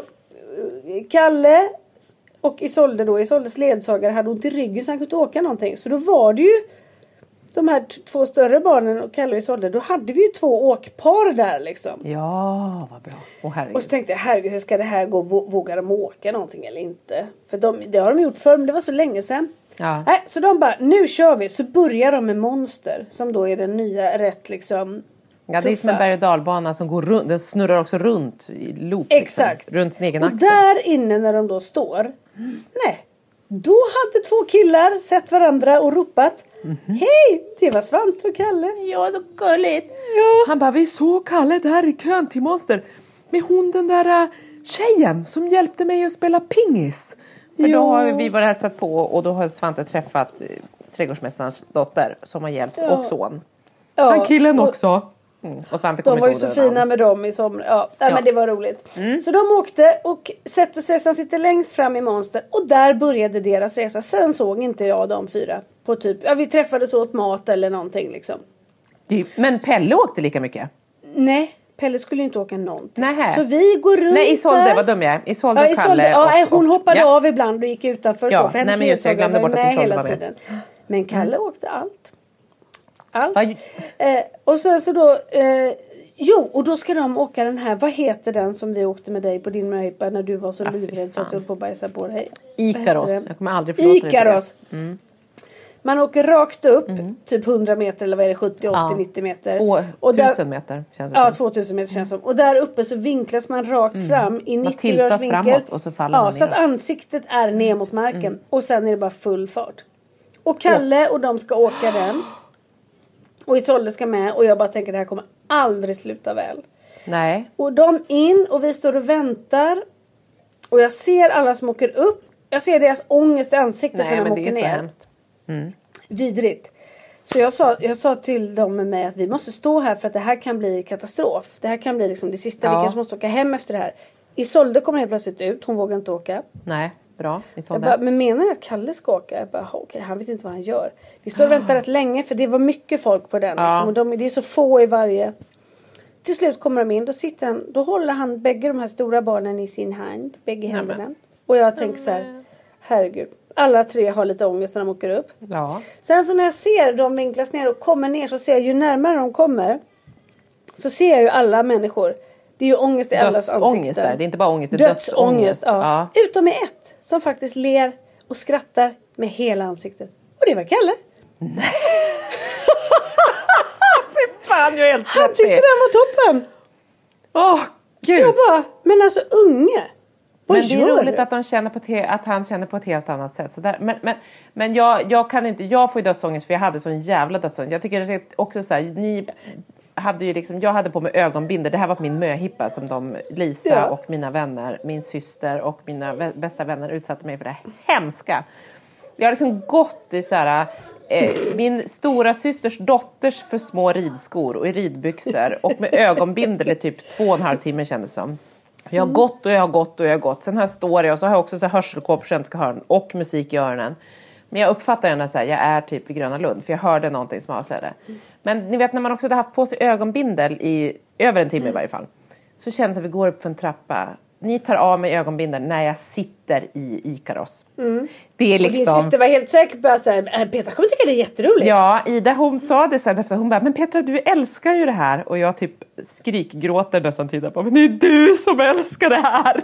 Kalle och Isolde då, Isoldes ledsagare hade ont i ryggen så han kunde inte åka någonting. Så då var det ju de här t- två större barnen och Kalle och Isolde, då hade vi ju två åkpar där liksom. Ja, vad bra. Oh, och så tänkte jag, herregud, hur ska det här gå? Vågar de åka någonting eller inte? För de, det har de gjort förr, men det var så länge sedan. Ja. Nej, så de bara, nu kör vi. Så börjar de med Monster, som då är den nya rätt liksom ja, det är som en berg- och dalbana som går runt, den snurrar också runt i loop. Exakt. Liksom, runt sin egen och axel. Och där inne när de då står, mm. nej, då hade två killar sett varandra och ropat mm-hmm. hej, det var Svante och Kalle. Ja, det är gulligt. Ja. Han bara, vi såg Kalle där i kön till Monster med hon den där uh, tjejen som hjälpte mig att spela pingis. För ja. då har vi bara hälsat på och då har Svante träffat uh, trädgårdsmästarens dotter som har hjälpt ja. och son. Ja. Han killen och, också. Mm. Och Svante de var ju så fina namn. med dem i somras. Ja, ja, men det var roligt. Mm. Så de åkte och sätter sig som sitter längst fram i Monster. Och där började deras resa. Sen såg inte jag de fyra. På typ, ja vi träffades åt mat eller någonting liksom. Men Pelle åkte lika mycket? Nej, Pelle skulle inte åka någonting. Nähä. Så vi går runt. Nej, Isolde, vad dum jag är. Isolde ja, och Isolde, Kalle. ja, och, hon hoppade ja. av ibland och gick utanför. Ja, så, för nej men just jag glömde bort att Isolde hela var med. Tiden. Men Kalle mm. åkte allt. Allt. Aj. Eh, och sen så då... Eh, jo, och då ska de åka den här... Vad heter den som vi åkte med dig på din möjpa när du var så livrädd så att du höll på att bajsa på dig? Ikaros. Jag kommer aldrig förlåta Ikaros. dig mm. Man åker rakt upp, mm. typ hundra meter eller vad är det, sjuttio, åttio, ja. nittio meter. tvåtusen meter känns det Ja, som. tvåtusen meter känns det som. Och där uppe så vinklas man rakt mm. fram i nittio graders vinkel. Framåt och så faller ja, man så att ansiktet är ner mot marken. Mm. Och sen är det bara full fart. Och Kalle och de ska åka den. Och Isolde ska med. Och jag bara tänker det här kommer aldrig sluta väl. Nej. Och de in och vi står och väntar. Och jag ser alla som åker upp. Jag ser deras ångest i ansiktet Nej, när de men åker det är ner. så hemskt. Mm. Vidrigt. Så jag sa, jag sa till dem med mig att vi måste stå här för att det här kan bli katastrof. Det här kan bli liksom det sista. Ja. Vi kanske måste åka hem efter det här. Isolde kommer helt plötsligt ut. Hon vågar inte åka. Nej, bra. Isolde. Jag bara, men menar jag att Kalle ska åka? Jag bara, okej, okay, han vet inte vad han gör. Vi står och väntar rätt länge för det var mycket folk på den. Ja. Liksom, och de, det är så få i varje. Till slut kommer de in. Då sitter han, då håller han bägge de här stora barnen i sin hand. Bägge händerna. Mm. Och jag tänker så här, herregud. Alla tre har lite ångest när de åker upp. Ja. Sen så när jag ser dem vinklas ner och kommer ner så ser jag ju närmare de kommer. Så ser jag ju alla människor. Det är ju ångest i allas ansikten. Där. Det är inte bara ångest, det är dödsångest. dödsångest. Ja. Ja. Utom med ett som faktiskt ler och skrattar med hela ansiktet. Och det var Kalle. Nej. Fy fan, jag är helt Han tyckte den var toppen. Åh, oh, gud. Jag bara, men alltså unge. Men det är roligt att, de känner på te- att han känner på ett helt annat sätt. Så där. Men, men, men jag, jag kan inte, jag får ju dödsångest för jag hade sån jävla dödsångest. Jag tycker det är också så här, ni hade ju liksom, jag hade på mig ögonbindel. Det här var min möhippa som de, Lisa ja. och mina vänner, min syster och mina vä- bästa vänner utsatte mig för det hemska. Jag har liksom gått i så här, eh, min stora systers dotters för små ridskor och i ridbyxor och med ögonbindel i typ två och en halv timme kändes som. Jag har gått och jag har gått och jag har gått. Sen här står jag och så har jag också så hörselkåp på svenska hörn och musik i öronen. Men jag uppfattar ändå så här, jag är typ i Gröna Lund. För jag hörde någonting som avslöjade. Mm. Men ni vet när man också har haft på sig ögonbindel i över en timme mm. i varje fall. Så känns det att vi går upp för en trappa. ni tar av mig ögonbindeln när jag sitter i Ikaros. Mm. Det är liksom... Och din syster var helt säker på att så här, Petra kommer tycka det är jätteroligt. Ja, Ida hon sa det sen efter hon bara, men Petra du älskar ju det här. Och jag typ skrikgråter nästan tittar på, men det är du som älskar det här.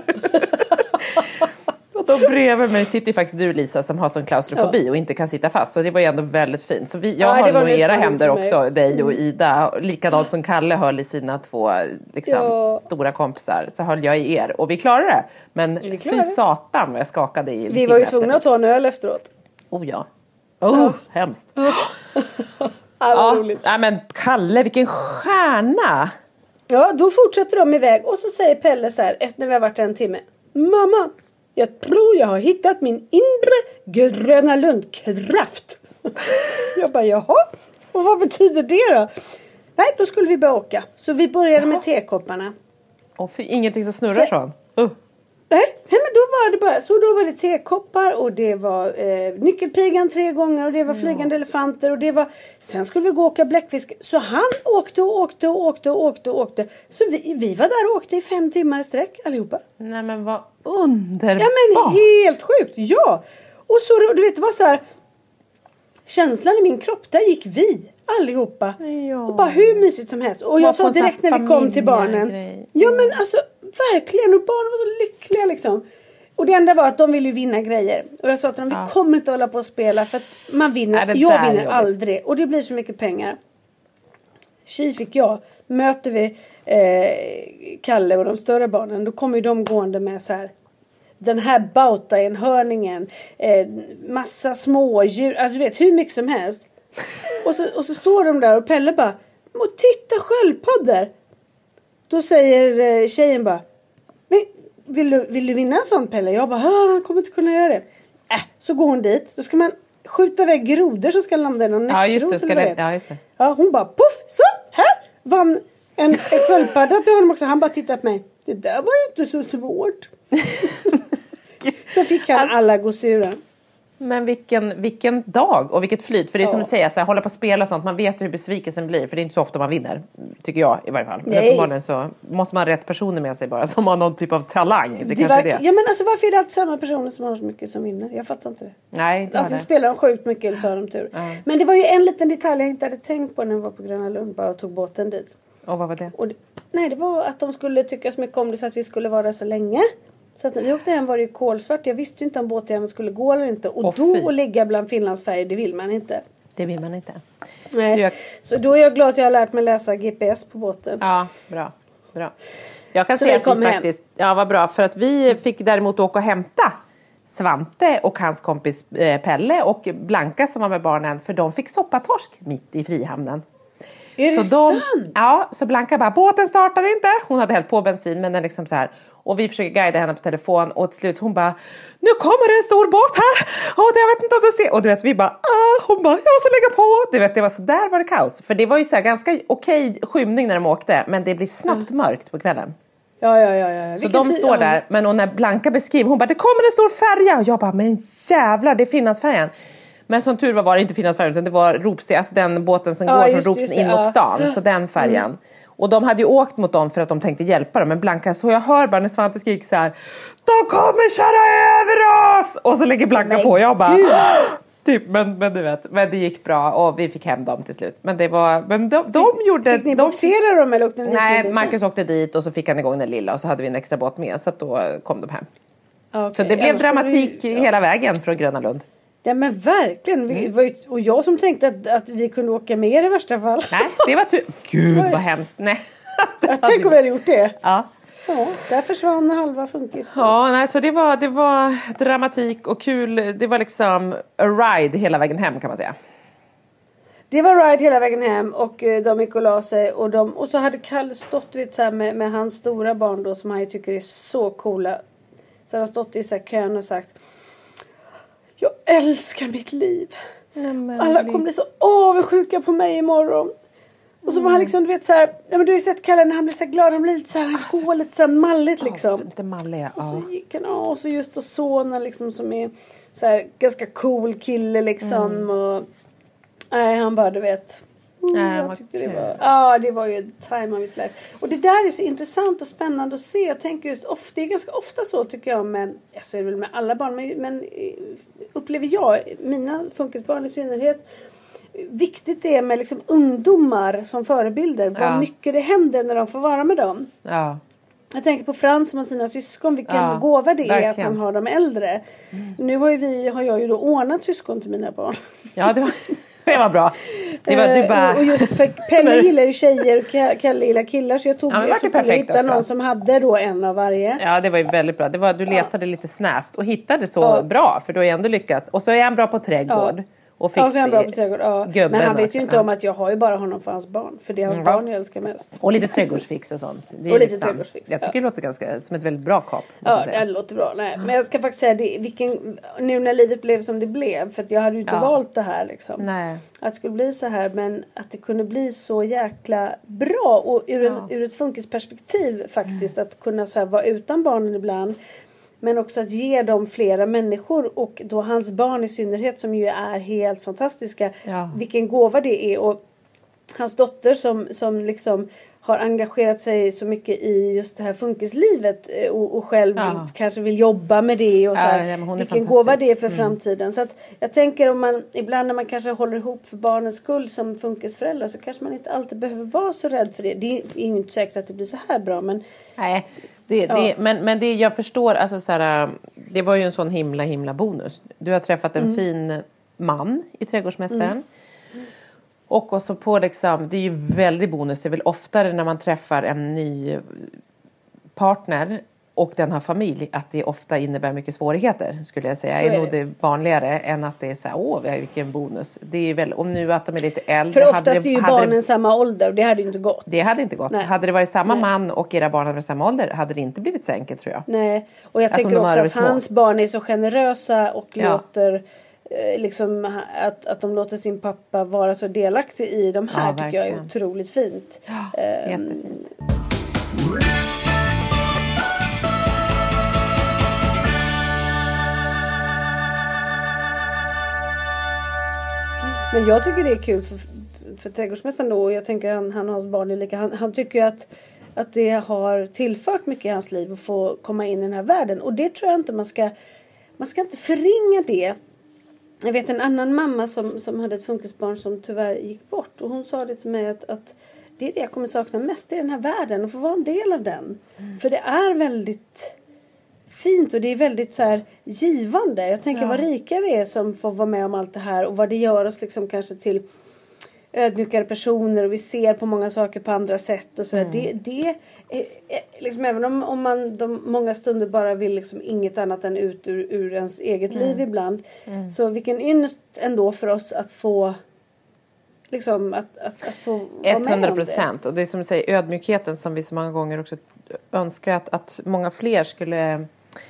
Och då bredvid mig sitter ju faktiskt du Lisa som har sån klaustrofobi ja. och inte kan sitta fast. Så det var ju ändå väldigt fint. Så vi, jag ja, har nog era händer också, dig och Ida. Likadant som Kalle höll i sina två liksom, ja. stora kompisar. Så höll jag i er. Och vi klarade det. Men fy satan vad jag skakade i. Vi var ju tvungna att ta en öl efteråt. Oh ja. Oh, ja. hemskt. Ja, ja, roligt. Ja, men Kalle, vilken stjärna. Ja, då fortsätter de iväg. Och så säger Pelle så här, efter när vi har varit en timme. Mamma, jag tror jag har hittat min inre Gröna Lund-kraft. Jag bara, jaha. Och vad betyder det då? Nej, då skulle vi börja åka. Så vi började jaha. med tekopparna. Och för ingenting som snurrar så. Uh. Nej, nej, men då var det bara, så då var det tekoppar och det var eh, nyckelpigan tre gånger och det var flygande ja. elefanter och det var, sen skulle vi gå och åka bläckfisk. Så han åkte och åkte och åkte och åkte och åkte. Så vi, vi var där och åkte i fem timmar i sträck allihopa. Nej men vad underbart. Ja men helt sjukt, ja. Och så, du vet det var så här, känslan i min kropp, där gick vi allihopa. Ja. Och bara hur mysigt som helst. Och jag sa direkt när vi kom till barnen. Grej. Ja men alltså verkligen. Och barnen var så lyckliga liksom. Och det enda var att de ville ju vinna grejer. Och jag sa till dem, ja. vi kommer inte hålla på att spela. För att man vinner. Jag vinner jobbigt. aldrig. Och det blir så mycket pengar. Tji fick jag. Möter vi eh, Kalle och de större barnen. Då kommer ju de gående med så här. Den här bautaenhörningen. Eh, massa små djur. Alltså du vet hur mycket som helst. Och så, och så står de där och Pelle bara, och titta sköldpaddor. Då säger eh, tjejen bara, men vill du, vill du vinna en sån Pelle? Jag bara, han kommer inte kunna göra det. Äh, så går hon dit. Då ska man skjuta iväg grodor som ska landa i någon näckros. Ja just det, ska det, ja, just det. Ja, hon bara, puff, så, här vann en, en sköldpadda till honom också. Han bara tittar på mig. Det där var ju inte så svårt. Så fick han alla gosedjuren. Men vilken, vilken dag och vilket flyt. För det är ja. som du säger, så här, hålla på att spela och sånt. Man vet hur besvikelsen blir. För det är inte så ofta man vinner. Tycker jag i varje fall. Men uppenbarligen så måste man ha rätt personer med sig bara. Som har någon typ av talang. Det, det kanske verkar, är det. Ja men alltså varför är det alltid samma personer som har så mycket som vinner? Jag fattar inte det. Nej, det alltså det. spelar de sjukt mycket eller så har de tur. Ja. Men det var ju en liten detalj jag inte hade tänkt på när jag var på Gröna Lund. Bara och tog båten dit. Och vad var det? Och det nej det var att de skulle tycka så mycket om det så att vi skulle vara där så länge. Så att när vi åkte hem var det ju kolsvart. Jag visste ju inte om båten skulle gå eller inte. Och oh, då att ligga bland Finlandsfärger, det vill man inte. Det vill man inte. Nej. Jag... Så då är jag glad att jag har lärt mig läsa G P S på båten. Ja, bra. bra. Jag kan så säga att vi faktiskt... Ja, vad bra. För att vi fick däremot åka och hämta Svante och hans kompis eh, Pelle och Blanka som var med barnen. För de fick soppatorsk mitt i Frihamnen. Är det så de, sant? Ja, så Blanka bara, båten startar inte. Hon hade hällt på bensin, men den liksom så här. Och vi försöker guida henne på telefon. Och till slut hon bara, nu kommer det en stor båt här. Och jag vet inte om det ser. Och du vet, vi bara, ah. Hon bara, jag måste lägga på. Du vet, det var så där var det kaos. För det var ju så här ganska okej skymning när de åkte. Men det blir snabbt mm. mörkt på kvällen. Ja, ja, ja. ja. Så Vilken de tid, står ja. där. Men och när Blanka beskriver, hon bara, det kommer en stor färja. Och jag bara, men jävlar, det är Finlandsfärjan. Men som tur var var det inte Finlandsfärjan. Utan det var Ropsten, alltså den båten som ja, går från Ropsten in mot stan. Ja. Så den färjan. Mm. Och de hade ju åkt mot dem för att de tänkte hjälpa dem. Men Blanka, så jag hör bara när Svante skriker så här, de kommer köra över oss! Och så lägger Blanka men på. Jag bara, typ, men, men du vet, men det gick bra. Och vi fick hem dem till slut. Men det var, men de, de fick, gjorde... Fick ni boxera dem eller åkte ni? Nej, Marcus åkte dit och så fick han igång den lilla. Och så hade vi en extra båt med. Så att då kom de hem. Okay. Så det blev dramatik vi, ja. hela vägen från Gröna Lund. Ja men verkligen. Vi, mm. var ju, och jag som tänkte att, att vi kunde åka med i värsta fall. Nej, det var tur. Gud vad hemskt. Nej. Jag tänker om vi hade gjort det. Ja. Ja, där försvann halva funkis. Ja, nej, så det var, det var dramatik och kul. Det var liksom a ride hela vägen hem kan man säga. Det var ride hela vägen hem och de gick och la sig. Och, de, och så hade Kalle stått vid, så här, med, med hans stora barn då som han tycker är så coola. Så han har stått i så här kön och sagt, jag älskar mitt liv. Nej, alla kommer bli så avundsjuka på mig imorgon. Och så var han liksom, du vet så här, ja men du har ju sett Kalle när han blir så här glad, han blir lite så här, han går lite så här malligt liksom. Ja, lite mallig, ja. Och så gick han, och så just och sonen liksom som är så här ganska cool kille liksom. Mm. Och nej, han bara, du vet, Uh, Nej, jag tyckte det var, ja, det var ju time of his life. Och det där är så intressant och spännande att se. Jag tänker just ofta, det är ganska ofta så tycker jag, men alltså är det väl med alla barn, men, men upplever jag, mina funkisbarn i synnerhet, viktigt det är med liksom ungdomar som förebilder. Ja. Vad mycket det händer när de får vara med dem. Ja. Jag tänker på Frans som har sina syskon. Vilken ja, gåva det verkligen. Är att han har dem äldre. Mm. Nu har, ju vi, har jag ju då ordnat syskon till mina barn. Ja, det var, det var bra. Det var, du bara... och just för Pelle gillar ju tjejer och Kalle gillar killar. Så jag tog ja, det till att hitta någon som hade då en av varje. Ja, det var ju väldigt bra. Det var, du letade ja. lite snabbt och hittade så ja. bra. För du har ju ändå lyckats. Och så är han bra på trädgård. Ja. Och ja, så är han bra på trädgård. Ja. Men han vet ju inte ja. om att jag har ju bara honom för hans barn. För det är hans mm. barn jag älskar mest. Och lite trädgårdsfix och sånt. Det är och lite liksom, trädgårdsfix. Jag tycker ja. det låter ganska som ett väldigt bra kap. Ja, det låter bra. Nej. Men jag ska faktiskt säga det, vilken, nu när livet blev som det blev. För att jag hade ju inte ja. valt det här liksom. Nej. Att det skulle bli så här. Men att det kunde bli så jäkla bra. Och ur, ja. ur ett funkisperspektiv faktiskt. Mm. Att kunna så här, vara utan barnen ibland. Men också att ge dem flera människor. Och då hans barn i synnerhet som ju är helt fantastiska. Ja. Vilken gåva det är. Och hans dotter som, som liksom har engagerat sig så mycket i just det här funkislivet. Och, och själv ja. kanske vill jobba med det. Och så här, ja, ja, vilken gåva det är för mm. framtiden. Så att jag tänker om man ibland när man kanske håller ihop för barnens skull som funkisföräldrar. Så kanske man inte alltid behöver vara så rädd för det. Det är ju inte säkert att det blir så här bra. Men... Nej. Det, det, ja. men, men det jag förstår, alltså så här, det var ju en sån himla himla bonus. Du har träffat en mm. fin man i Trädgårdsmästaren. Mm. Mm. Och också på liksom, det är ju väldigt bonus. Det är väl oftare när man träffar en ny partner och den har familj att det ofta innebär mycket svårigheter skulle jag säga. Så är, är nog det vanligare än att det är så här, åh vilken bonus. Det är väl, och nu att de är lite äldre. För oftast det, är ju barnen det, samma ålder och det hade ju inte gått. Det hade inte gått. Nej. Hade det varit samma Nej. man och era barn hade varit samma ålder hade det inte blivit så enkelt tror jag. Nej, och jag att tänker också att hans små. barn är så generösa och ja. låter liksom att, att de låter sin pappa vara så delaktig i de här ja, tycker jag är otroligt fint. Ja, jättefint. Um, Men jag tycker det är kul för, för trädgårdsmästaren då. Och jag tänker han, han och hans barn är lika. Han, han tycker att, att det har tillfört mycket i hans liv att få komma in i den här världen. Och det tror jag inte man ska. Man ska inte förringa det. Jag vet en annan mamma som, som hade ett funkisbarn som tyvärr gick bort. Och hon sa det till mig att, att det är det jag kommer sakna mest i den här världen. Och få vara en del av den. Mm. För det är väldigt fint och det är väldigt så här givande. Jag tänker ja. vad rika vi är som får vara med om allt det här och vad det gör oss liksom kanske till ödmjukare personer och vi ser på många saker på andra sätt och så mm. det, det är, liksom även om, om man de många stunder bara vill liksom inget annat än ut ur, ur ens eget mm. liv ibland mm. så vilken ynnest ändå för oss att få liksom att, att, att få vara med hundra procent och det är som du säger ödmjukheten som vi så många gånger också önskar att, att många fler skulle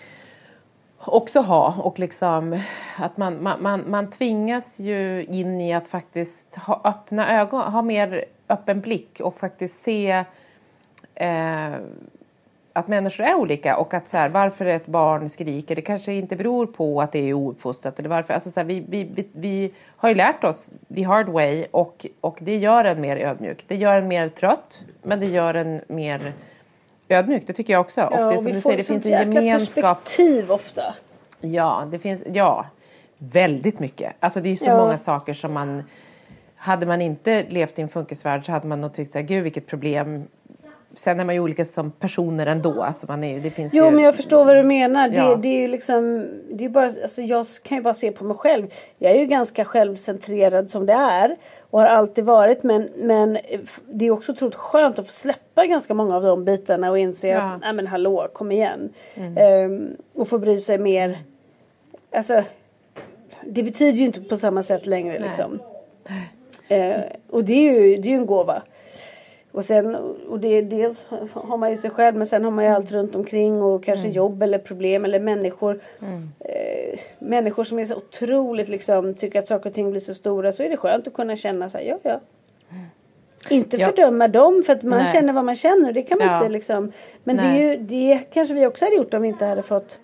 också ha och liksom att man, man, man, man tvingas ju in i att faktiskt ha öppna ögon, ha mer öppen blick och faktiskt se eh, att människor är olika och att så här, varför ett barn skriker, det kanske inte beror på att det är ouppfostrat eller varför, alltså så här, vi, vi, vi, vi har ju lärt oss the hard way och, och det gör en mer ödmjuk, det gör en mer trött men det gör en mer ödmjuk, det tycker jag också. Ja, och det, som vi du får säger, det finns en gemenskap. Perspektiv ofta. Ja, det finns, ja, väldigt mycket. Alltså det är ju så ja. många saker som man, hade man inte levt i en funkisvärld så hade man nog tyckt så här, gud vilket problem. Sen är man ju olika som personer ändå. Alltså man är, det finns jo, ju, men jag förstår vad du menar. Ja. Det, det är ju liksom, det är bara, alltså jag kan ju bara se på mig själv. Jag är ju ganska självcentrerad som det är. Och har alltid varit. Men, men det är också otroligt skönt att få släppa ganska många av de bitarna. Och inse ja. att, nej men hallå, kom igen. Mm. Um, och få bry sig mer. Alltså, det betyder ju inte på samma sätt längre nej. liksom. Uh, och det är ju, det är ju en gåva. Och sen, och det, dels har man ju sig själv, men sen har man ju allt runt omkring och kanske mm. jobb eller problem eller människor. Mm. Eh, människor som är så otroligt liksom, tycker att saker och ting blir så stora, så är det skönt att kunna känna så här, ja ja. Mm. Inte ja. fördöma dem, för att man Nej. känner vad man känner, det kan man ja. inte liksom. Men det, är ju, det kanske vi också hade gjort om vi inte hade fått.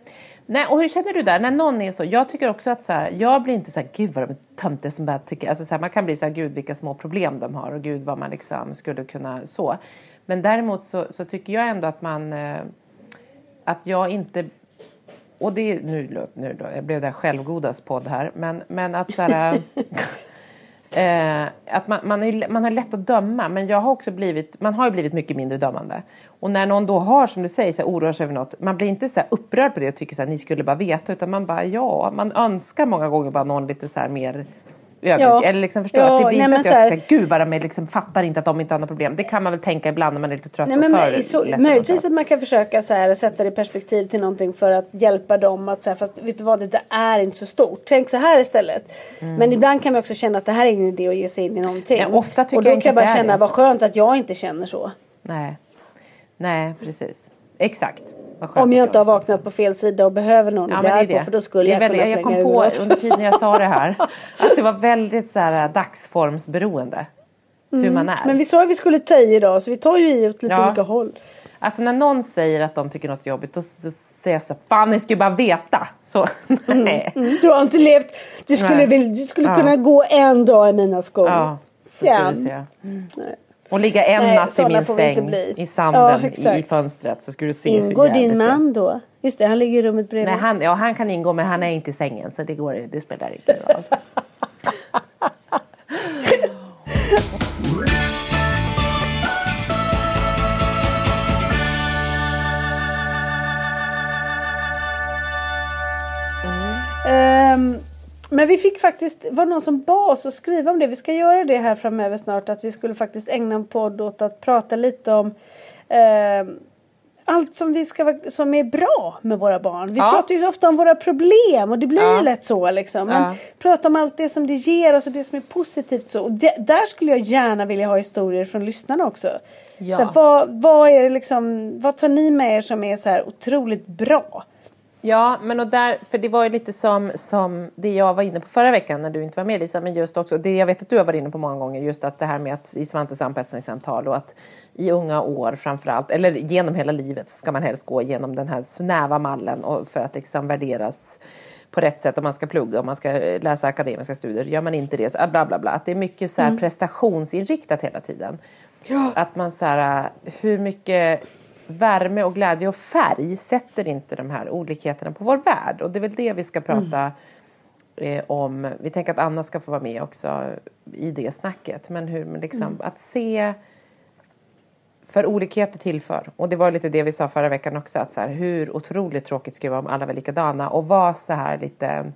Nej, och hur känner du där? När någon är så, jag tycker också att så här, jag blir inte så här, gud vad de är töntiga som bara tycker, alltså så här, man kan bli så här, gud vilka små problem de har och gud vad man liksom skulle kunna så. Men däremot så, så tycker jag ändå att man, eh, att jag inte, och det är, nu, nu då, jag blev där självgodas podd här, men, men att så här, Eh, att man, man, är, man har lätt att döma, men jag har också blivit, man har ju blivit mycket mindre dömande. Och när någon då har, som du säger, så här, oroar sig över något, man blir inte så här upprörd på det och tycker så här, ni skulle bara veta, utan man bara, ja, man önskar många gånger bara någon lite så här mer övrigt, ja. Eller liksom förstå ja, att det blir nej, inte att jag säger, gud vad de är, liksom fattar inte att de inte har några problem. Det kan man väl tänka ibland när man är lite trött nej, och men för så, möjligtvis att man kan försöka så här, sätta det i perspektiv till någonting för att hjälpa dem att så här, fast vet du vad, det är inte så stort. Tänk så här istället. Mm. Men ibland kan man också känna att det här är ingen idé att ge sig in i någonting. Ja, ofta tycker och då jag kan jag bara känna, det. vad skönt att jag inte känner så. Nej, nej precis. Exakt. Om jag inte har vaknat på fel sida och behöver någon ja, att bli arg på, för då skulle jag väldigt, kunna jag slänga kom på ut. under tiden jag sa det här att det var väldigt så här dagsformsberoende mm. hur man är. Men vi sa att vi skulle ta i idag, så vi tar ju i åt lite ja. olika håll. Alltså när någon säger att de tycker något är jobbigt, då, då säger jag så, fan ni skulle bara veta. Så, nej. Mm. Mm. Du har inte levt, du skulle, vill, du skulle ja. kunna gå en dag i mina skor. Ja, sen. Mm. Och ligga en nej, natt i min säng i sanden ja, i fönstret, så skulle du se ingår din man då? Just det, han ligger i rummet bredvid. Nej, han, ja, han kan ingå, men han är inte i sängen, så det, går, det spelar inte roll. um, Men vi fick faktiskt, var någon som bad oss att skriva om det. Vi ska göra det här framöver snart. Att vi skulle faktiskt ägna en podd åt att prata lite om eh, allt som, vi ska, som är bra med våra barn. Vi ja. pratar ju så ofta om våra problem och det blir ja. lätt så liksom. Men ja. prata om allt det som det ger oss och det som är positivt så. Och det, där skulle jag gärna vilja ha historier från lyssnarna också. Ja. Så här, vad, vad är det liksom, vad tar ni med er som är så här otroligt bra? Ja, men och där, för det var ju lite som, som det jag var inne på förra veckan när du inte var med, Lisa, men just också, det jag vet att du har varit inne på många gånger, just att det här med att i Svantes anpassningssamtal och att i unga år framförallt, eller genom hela livet ska man helst gå igenom den här snäva mallen och för att liksom värderas på rätt sätt, om man ska plugga, om man ska läsa akademiska studier, gör man inte det, så bla bla bla, att det är mycket så här mm. prestationsinriktat hela tiden. Ja. Att man så här, hur mycket värme och glädje och färg sätter inte de här olikheterna på vår värld. Och det är väl det vi ska prata mm. eh, om. Vi tänker att Anna ska få vara med också i det snacket. Men hur men liksom, mm. att se för olikheter tillför. Och det var lite det vi sa förra veckan också. Att så här, hur otroligt tråkigt skulle vara om alla var likadana. Och vara så här lite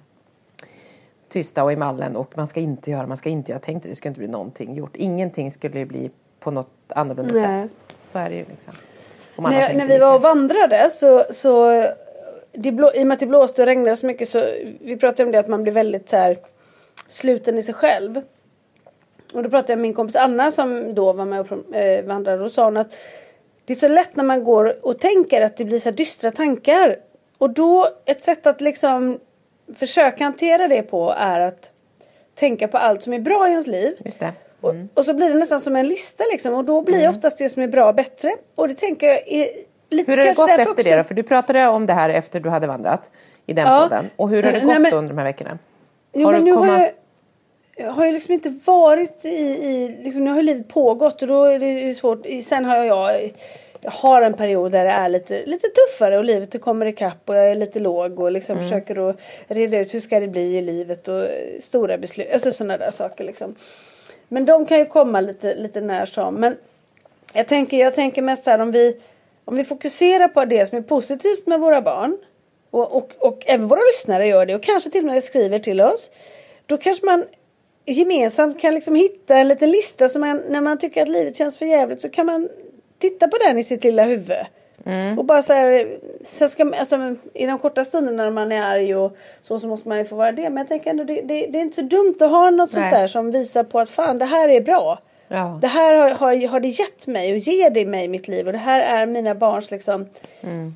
tysta och i mallen. Och man ska inte göra, man ska inte göra. Jag tänkte det skulle inte bli någonting gjort. Ingenting skulle bli på något annorlunda Nej. sätt. Så är det ju liksom. När, när vi var och vandrade så, så det blå, i och med att det blåste och regnade så mycket så vi pratade om det att man blir väldigt så här sluten i sig själv. Och då pratade jag med min kompis Anna som då var med och eh, vandrade och sa hon att det är så lätt när man går och tänker att det blir så här dystra tankar. Och då ett sätt att liksom försöka hantera det på är att tänka på allt som är bra i ens liv. Just det. Mm. Och, och så blir det nästan som en lista liksom. Och då blir mm. oftast det som är bra bättre. Och det tänker jag är lite. Hur har det gått efter också. det då? För du pratade om det här efter du hade vandrat i den ja. podden. Och hur har det gått Nej, men, under de här veckorna? Jo, har men nu komma... har jag, jag har ju liksom inte varit i, i liksom, nu har ju livet pågått och då är det ju svårt. Sen har jag, jag har en period där det är lite, lite tuffare och livet kommer ikapp och jag är lite låg och liksom mm. försöker att reda ut hur ska det bli i livet och stora beslut, alltså sådana där saker liksom. Men de kan ju komma lite, lite när som. Men jag tänker, jag tänker mest så här om vi, om vi fokuserar på det som är positivt med våra barn. Och, och, och även våra lyssnare gör det. Och kanske till och med skriver till oss. Då kanske man gemensamt kan liksom hitta en liten lista. Som man, när man tycker att livet känns för jävligt så kan man titta på den i sitt lilla huvud. Mm. Och bara så här, så ska, alltså, i de korta stunderna när man är arg och så, så måste man ju få vara det. Men jag tänker ändå, det, det, det är inte så dumt att ha något sånt Nej. där som visar på att fan, det här är bra. Ja. Det här har, har, har det gett mig och ger det mig i mitt liv. Och det här är mina barns liksom... Mm.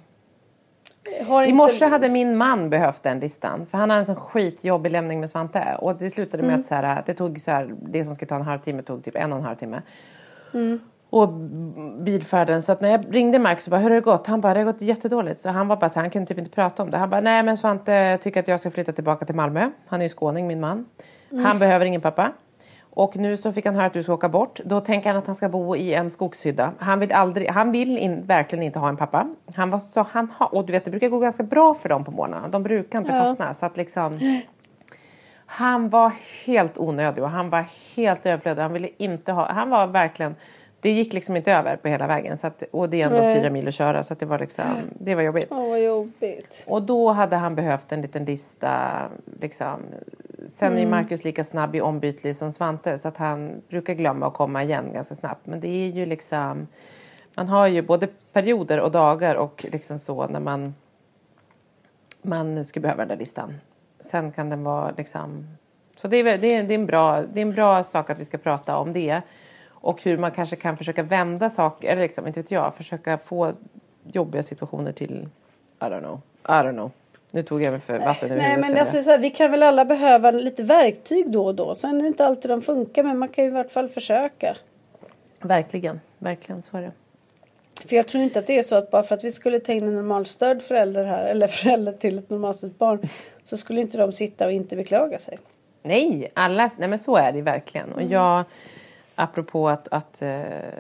I morse hade min man behövt den listan. För han hade en sån skitjobbig lämning med Svante. Och det slutade med mm. att så här, det tog så här, det som skulle ta en halvtimme tog typ en och en halv timme. Mm. och bilfärden. Så att när jag ringde Mark så bara, hur har det gått? Han bara, det har gått jättedåligt. Så han var bara så han kunde typ inte prata om det. Han bara, nej men Svante tycker att jag ska flytta tillbaka till Malmö. Han är ju skåning, min man. Mm. Han behöver ingen pappa. Och nu så fick han höra att du ska åka bort. Då tänker han att han ska bo i en skogshydda. Han vill aldrig, han vill in, verkligen inte ha en pappa. Han var så, han har, och du vet det brukar gå ganska bra för dem på morgonen. De brukar inte ja. fastna. Så att liksom, han var helt onödig och han var helt överflödig. Han ville inte ha, han var verkligen, det gick liksom inte över på hela vägen. Så att, och det är ändå Nej. fyra mil att köra. Så att det var liksom, det var jobbigt. Åh, vad jobbigt. Och då hade han behövt en liten lista liksom. Sen mm. är Marcus lika snabb i ombytlig som Svante. Så att han brukar glömma att komma igen ganska snabbt. Men det är ju liksom, man har ju både perioder och dagar och liksom så när man, man skulle behöva den där listan. Sen kan den vara liksom, så det är, det är, det är, en, bra, det är en bra sak att vi ska prata om det. Och hur man kanske kan försöka vända saker, eller liksom, inte vet jag, försöka få jobbiga situationer till, I don't know, I don't know. Nu tog jag mig för vatten över Nej, men alltså, så här, vi kan väl alla behöva lite verktyg då och då. Sen är det inte alltid de funkar, men man kan ju i vart fall försöka. Verkligen, verkligen, så är det. För jag tror inte att det är så att bara för att vi skulle ta in en normalstörd förälder här, eller förälder till ett normalstört barn, så skulle inte de sitta och inte beklaga sig. Nej, alla, nej men så är det verkligen. Och jag, apropå att, att, äh,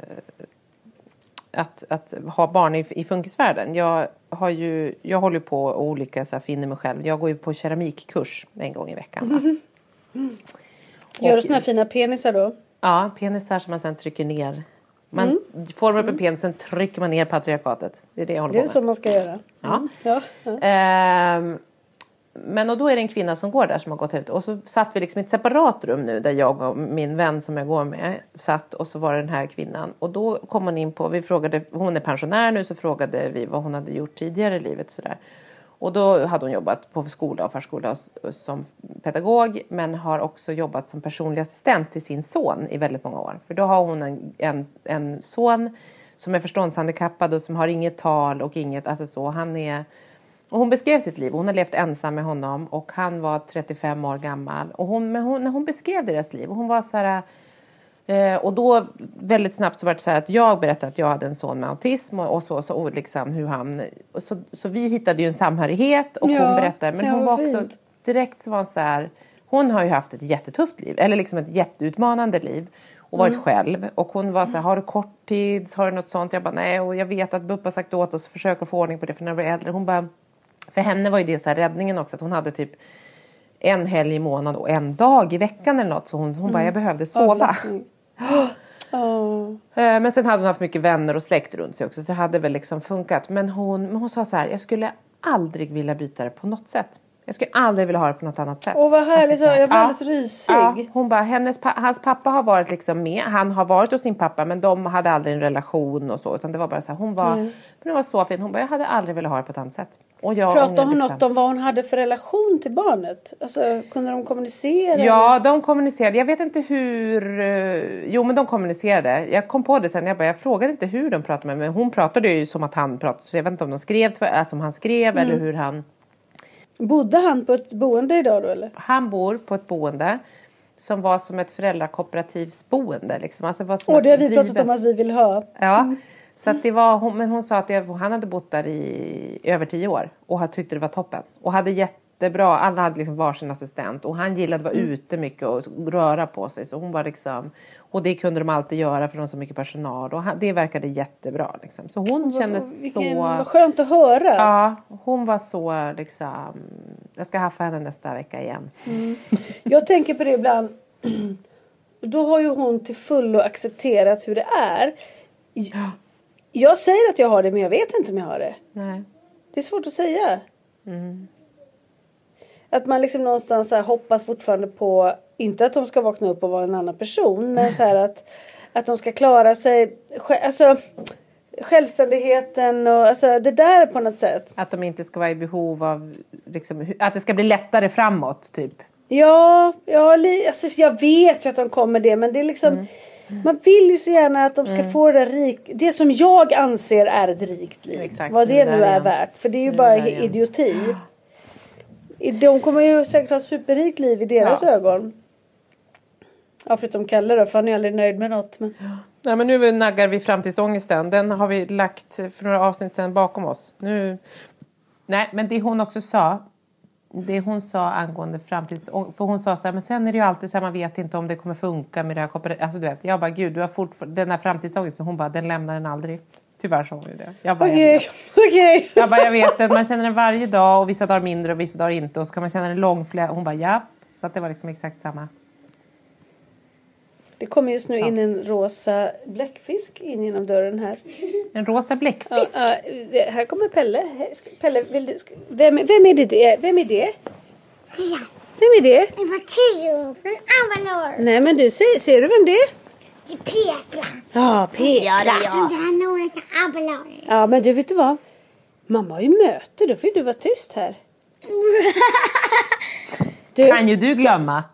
att, att ha barn i, i funkisvärlden. Jag har ju, jag håller på olika så här, finner mig själv. Jag går ju på keramikkurs en gång i veckan. Va? Mm. Mm. Gör du såna fina penisar då? Ja, penisar som man sen trycker ner. Man mm. formar upp en penis, sen trycker man ner patriarkatet. Det är det jag håller på med. Det är så man ska göra. Ja. Mm. ja, ja. Ehm, men och då är det en kvinna som går där som har gått helt. Och så satt vi liksom i ett separat rum nu. Där jag och min vän som jag går med satt. Och så var det den här kvinnan. Och då kom hon in på, vi frågade, hon är pensionär nu. Så frågade vi vad hon hade gjort tidigare i livet. Sådär. Och då hade hon jobbat på skola och förskola som pedagog. Men har också jobbat som personlig assistent till sin son i väldigt många år. För då har hon en, en, en son som är förståndshandikappad och som har inget tal och inget, alltså så. Han är, och hon beskrev sitt liv. Hon har levt ensam med honom och han var trettiofem år gammal. Och hon, men hon, när hon beskrev deras liv, och hon var så här... Eh, och då väldigt snabbt så var det så här att jag berättade att jag hade en son med autism och, och så, så och liksom hur han, och så, så vi hittade ju en samhörighet och ja, hon berättade, men hon var också fint. Direkt så var så här, hon har ju haft ett jättetufft liv, eller liksom ett jätteutmanande liv och varit mm. själv, och hon var så här, har du korttids, har du något sånt? Jag bara nej, och jag vet att Buppa sagt åt oss försöka få ordning på det för när vi var äldre. Hon bara, för henne var ju det så här räddningen också, att hon hade typ en helg i månad och en dag i veckan eller något, så hon, hon mm. bara, jag behövde sova. Oh. Men sen hade hon haft mycket vänner och släkt runt sig också, så det hade väl liksom funkat. Men hon, men hon sa så här, jag skulle aldrig vilja byta det på något sätt. Jag skulle aldrig vilja ha det på något annat sätt. Åh, vad härligt, alltså, jag blir ja, alldeles rysig. Ja, hon bara, hennes, hans pappa har varit liksom med. Han har varit hos sin pappa, men de hade aldrig en relation och så. Utan det var bara så här, hon var, mm. men det var så fint. Hon bara, jag hade aldrig velat ha det på ett annat sätt. Och jag, pratade hon liksom, något om vad hon hade för relation till barnet? Alltså, kunde de kommunicera? Ja, eller? De kommunicerade. Jag vet inte hur... Jo, men de kommunicerade. Jag kom på det sen. Jag bara, jag frågade inte hur de pratade med mig. Men hon pratade ju som att han pratade. Så jag vet inte om de skrev alltså, som han skrev mm. eller hur han... Bodde han på ett boende idag då, eller? Han bor på ett boende som var som ett föräldrakooperativsboende. Liksom. Alltså, var och det har vi pratat drivet. Om att vi vill ha. Ja, mm. så att det var, men hon sa att det, han hade bott där i över tio år. Och han tyckte det var toppen. Och hade jättebra, alla hade liksom varsin assistent. Och han gillade att vara mm. ute mycket och röra på sig. Så hon var liksom, och det kunde de alltid göra för de så mycket personal. Och han, det verkade jättebra liksom. Så hon oh, kändes vilken, så... Vad skönt att höra. Ja, hon var så liksom... Jag ska haffa henne nästa vecka igen. Mm. Jag tänker på det ibland. Då har ju hon till fullo accepterat hur det är. Ja. Jag säger att jag har det, men jag vet inte om jag har det. Nej. Det är svårt att säga. Mm. Att man liksom någonstans så här hoppas fortfarande på, inte att de ska vakna upp och vara en annan person, men så här att, att de ska klara sig, alltså självständigheten och alltså det där på något sätt. Att de inte ska vara i behov av, liksom, att det ska bli lättare framåt typ. Ja, ja alltså, jag vet ju att de kommer det, men det är liksom... Mm. Man vill ju så gärna att de ska mm. få det rik, det som jag anser är ett rikt liv. Exakt, vad det nu är igen. Värt. För det är ju nu bara idioti. De kommer ju säkert ha ett superrikt liv i deras ja. Ögon. Ja, förutom Kalle då, för han är aldrig nöjd med något. Men... Nej, men nu naggar vi framtidsångesten. Den har vi lagt för några avsnitt sedan bakom oss. Nu... Nej, men det hon också sa... Det hon sa angående framtidsångest... För hon sa så här, men sen är det ju alltid så här, man vet inte om det kommer funka med det här kooperativ. Alltså du vet, jag bara, gud, du har fortfarande... Den här framtidsångesten, hon bara, den lämnar den aldrig. Tyvärr sa hon ju det. Jag bara, Okej, okay. okay. Jag bara, jag vet det. Man känner den varje dag och vissa dagar mindre och vissa dagar inte. Och så kan man känna den långt flera... Hon bara, ja. Så att det var liksom exakt samma. Det kommer just nu in en rosa bläckfisk in genom dörren här. En rosa bläckfisk? Ja, ja, här kommer Pelle. Pelle, vill du, vem, vem är det? Vem är det? Ja. Vem är det? Det var Tio från Avalor. Nej, men du, ser, ser du vem det är? Det är Petra. Ja, Petra. Ja, det är jag. Det är några till Avalor. Ja, men du, vet du vad? Mamma har ju möte, då får du vara tyst här. Du, kan ju du glömma.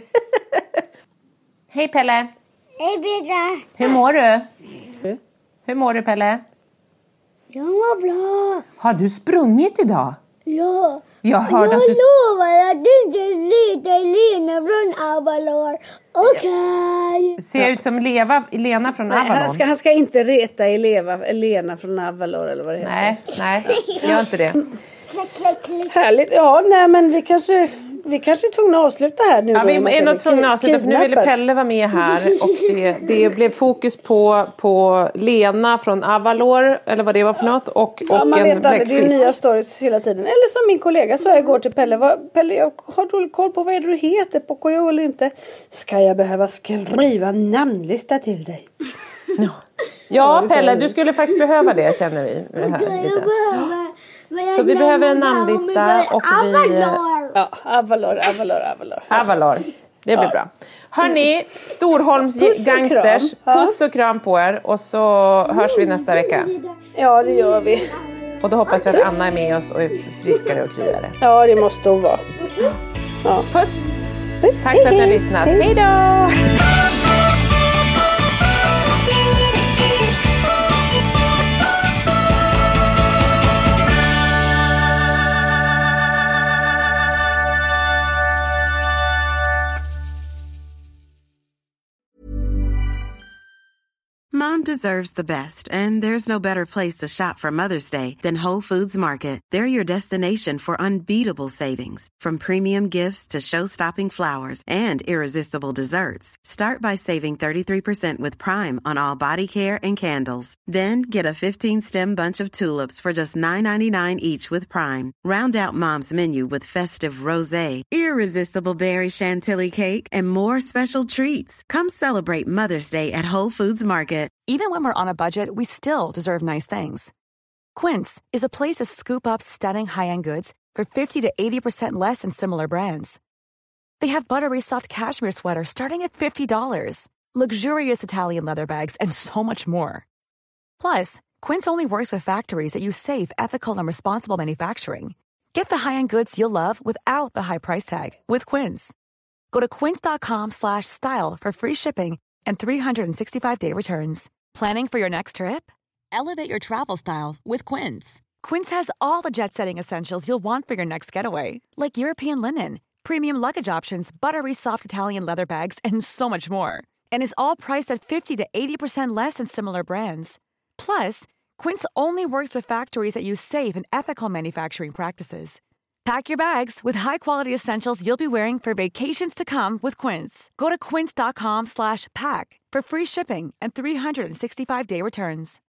Hej Pelle. Hej Petra. Hur mår du? Mm. Hur mår du Pelle? Jag mår bra. Har du sprungit idag? Ja. Jag, hörde jag att du... lovar att du inte lite Lena från Avalor. Okej. Okay. Ser ut som Leva, Lena från nej, Avalon. Han ska, han ska inte reta i Leva, Lena från Avalor eller vad det heter. Nej, nej. Gör inte det. Klick, klick, klick. Härligt. Ja, nej men vi kanske... Vi kanske är tvungna att avsluta här nu. Ja, då, vi är nog tvungna att avsluta för nu ville Pelle vara med här. Och det, det blev fokus på, på Lena från Avalor. Eller vad det var för något. Och, och ja, man en vet aldrig. Det är nya stories hela tiden. Eller som min kollega sa igår till Pelle. Vad, Pelle, jag har dålig koll på vad är det du heter på K O eller inte. Ska jag behöva skriva namnlista till dig? Ja, ja Pelle, du skulle faktiskt behöva det, känner vi. Det här, lite. Så vi behöver en namnlista och vi... Ja, Avalor, Avalor, Avalor. Avalor, det blir ja. Bra. Hörni, Storholms Puss gangsters, ja. Puss och kram på er. Och så hörs vi nästa vecka. Ja, det gör vi. Och då hoppas vi att Anna är med oss och är friskare och kryare. Ja, det måste hon vara. Ja. Puss. Puss. Tack för att ni har lyssnat. Hej, hej då! Mom deserves the best, and there's no better place to shop for Mother's Day than Whole Foods Market. They're your destination for unbeatable savings, from premium gifts to show-stopping flowers and irresistible desserts. Start by saving thirty-three percent with Prime on all body care and candles. Then get a fifteen-stem bunch of tulips for just nine ninety-nine each with Prime. Round out Mom's menu with festive rosé, irresistible berry chantilly cake, and more special treats. Come celebrate Mother's Day at Whole Foods Market. Even when we're on a budget, we still deserve nice things. Quince is a place to scoop up stunning high-end goods for fifty to eighty percent less than similar brands. They have buttery soft cashmere sweaters starting at fifty dollars, luxurious Italian leather bags, and so much more. Plus, Quince only works with factories that use safe, ethical, and responsible manufacturing. Get the high-end goods you'll love without the high price tag with Quince. Go to quince.com slash style for free shipping and three sixty-five day returns. Planning for your next trip? Elevate your travel style with Quince. Quince has all the jet-setting essentials you'll want for your next getaway, like European linen, premium luggage options, buttery soft Italian leather bags, and so much more. And is all priced at fifty to eighty percent less than similar brands. Plus, Quince only works with factories that use safe and ethical manufacturing practices. Pack your bags with high-quality essentials you'll be wearing for vacations to come with Quince. Go to quince.com slash pack for free shipping and three sixty-five day returns.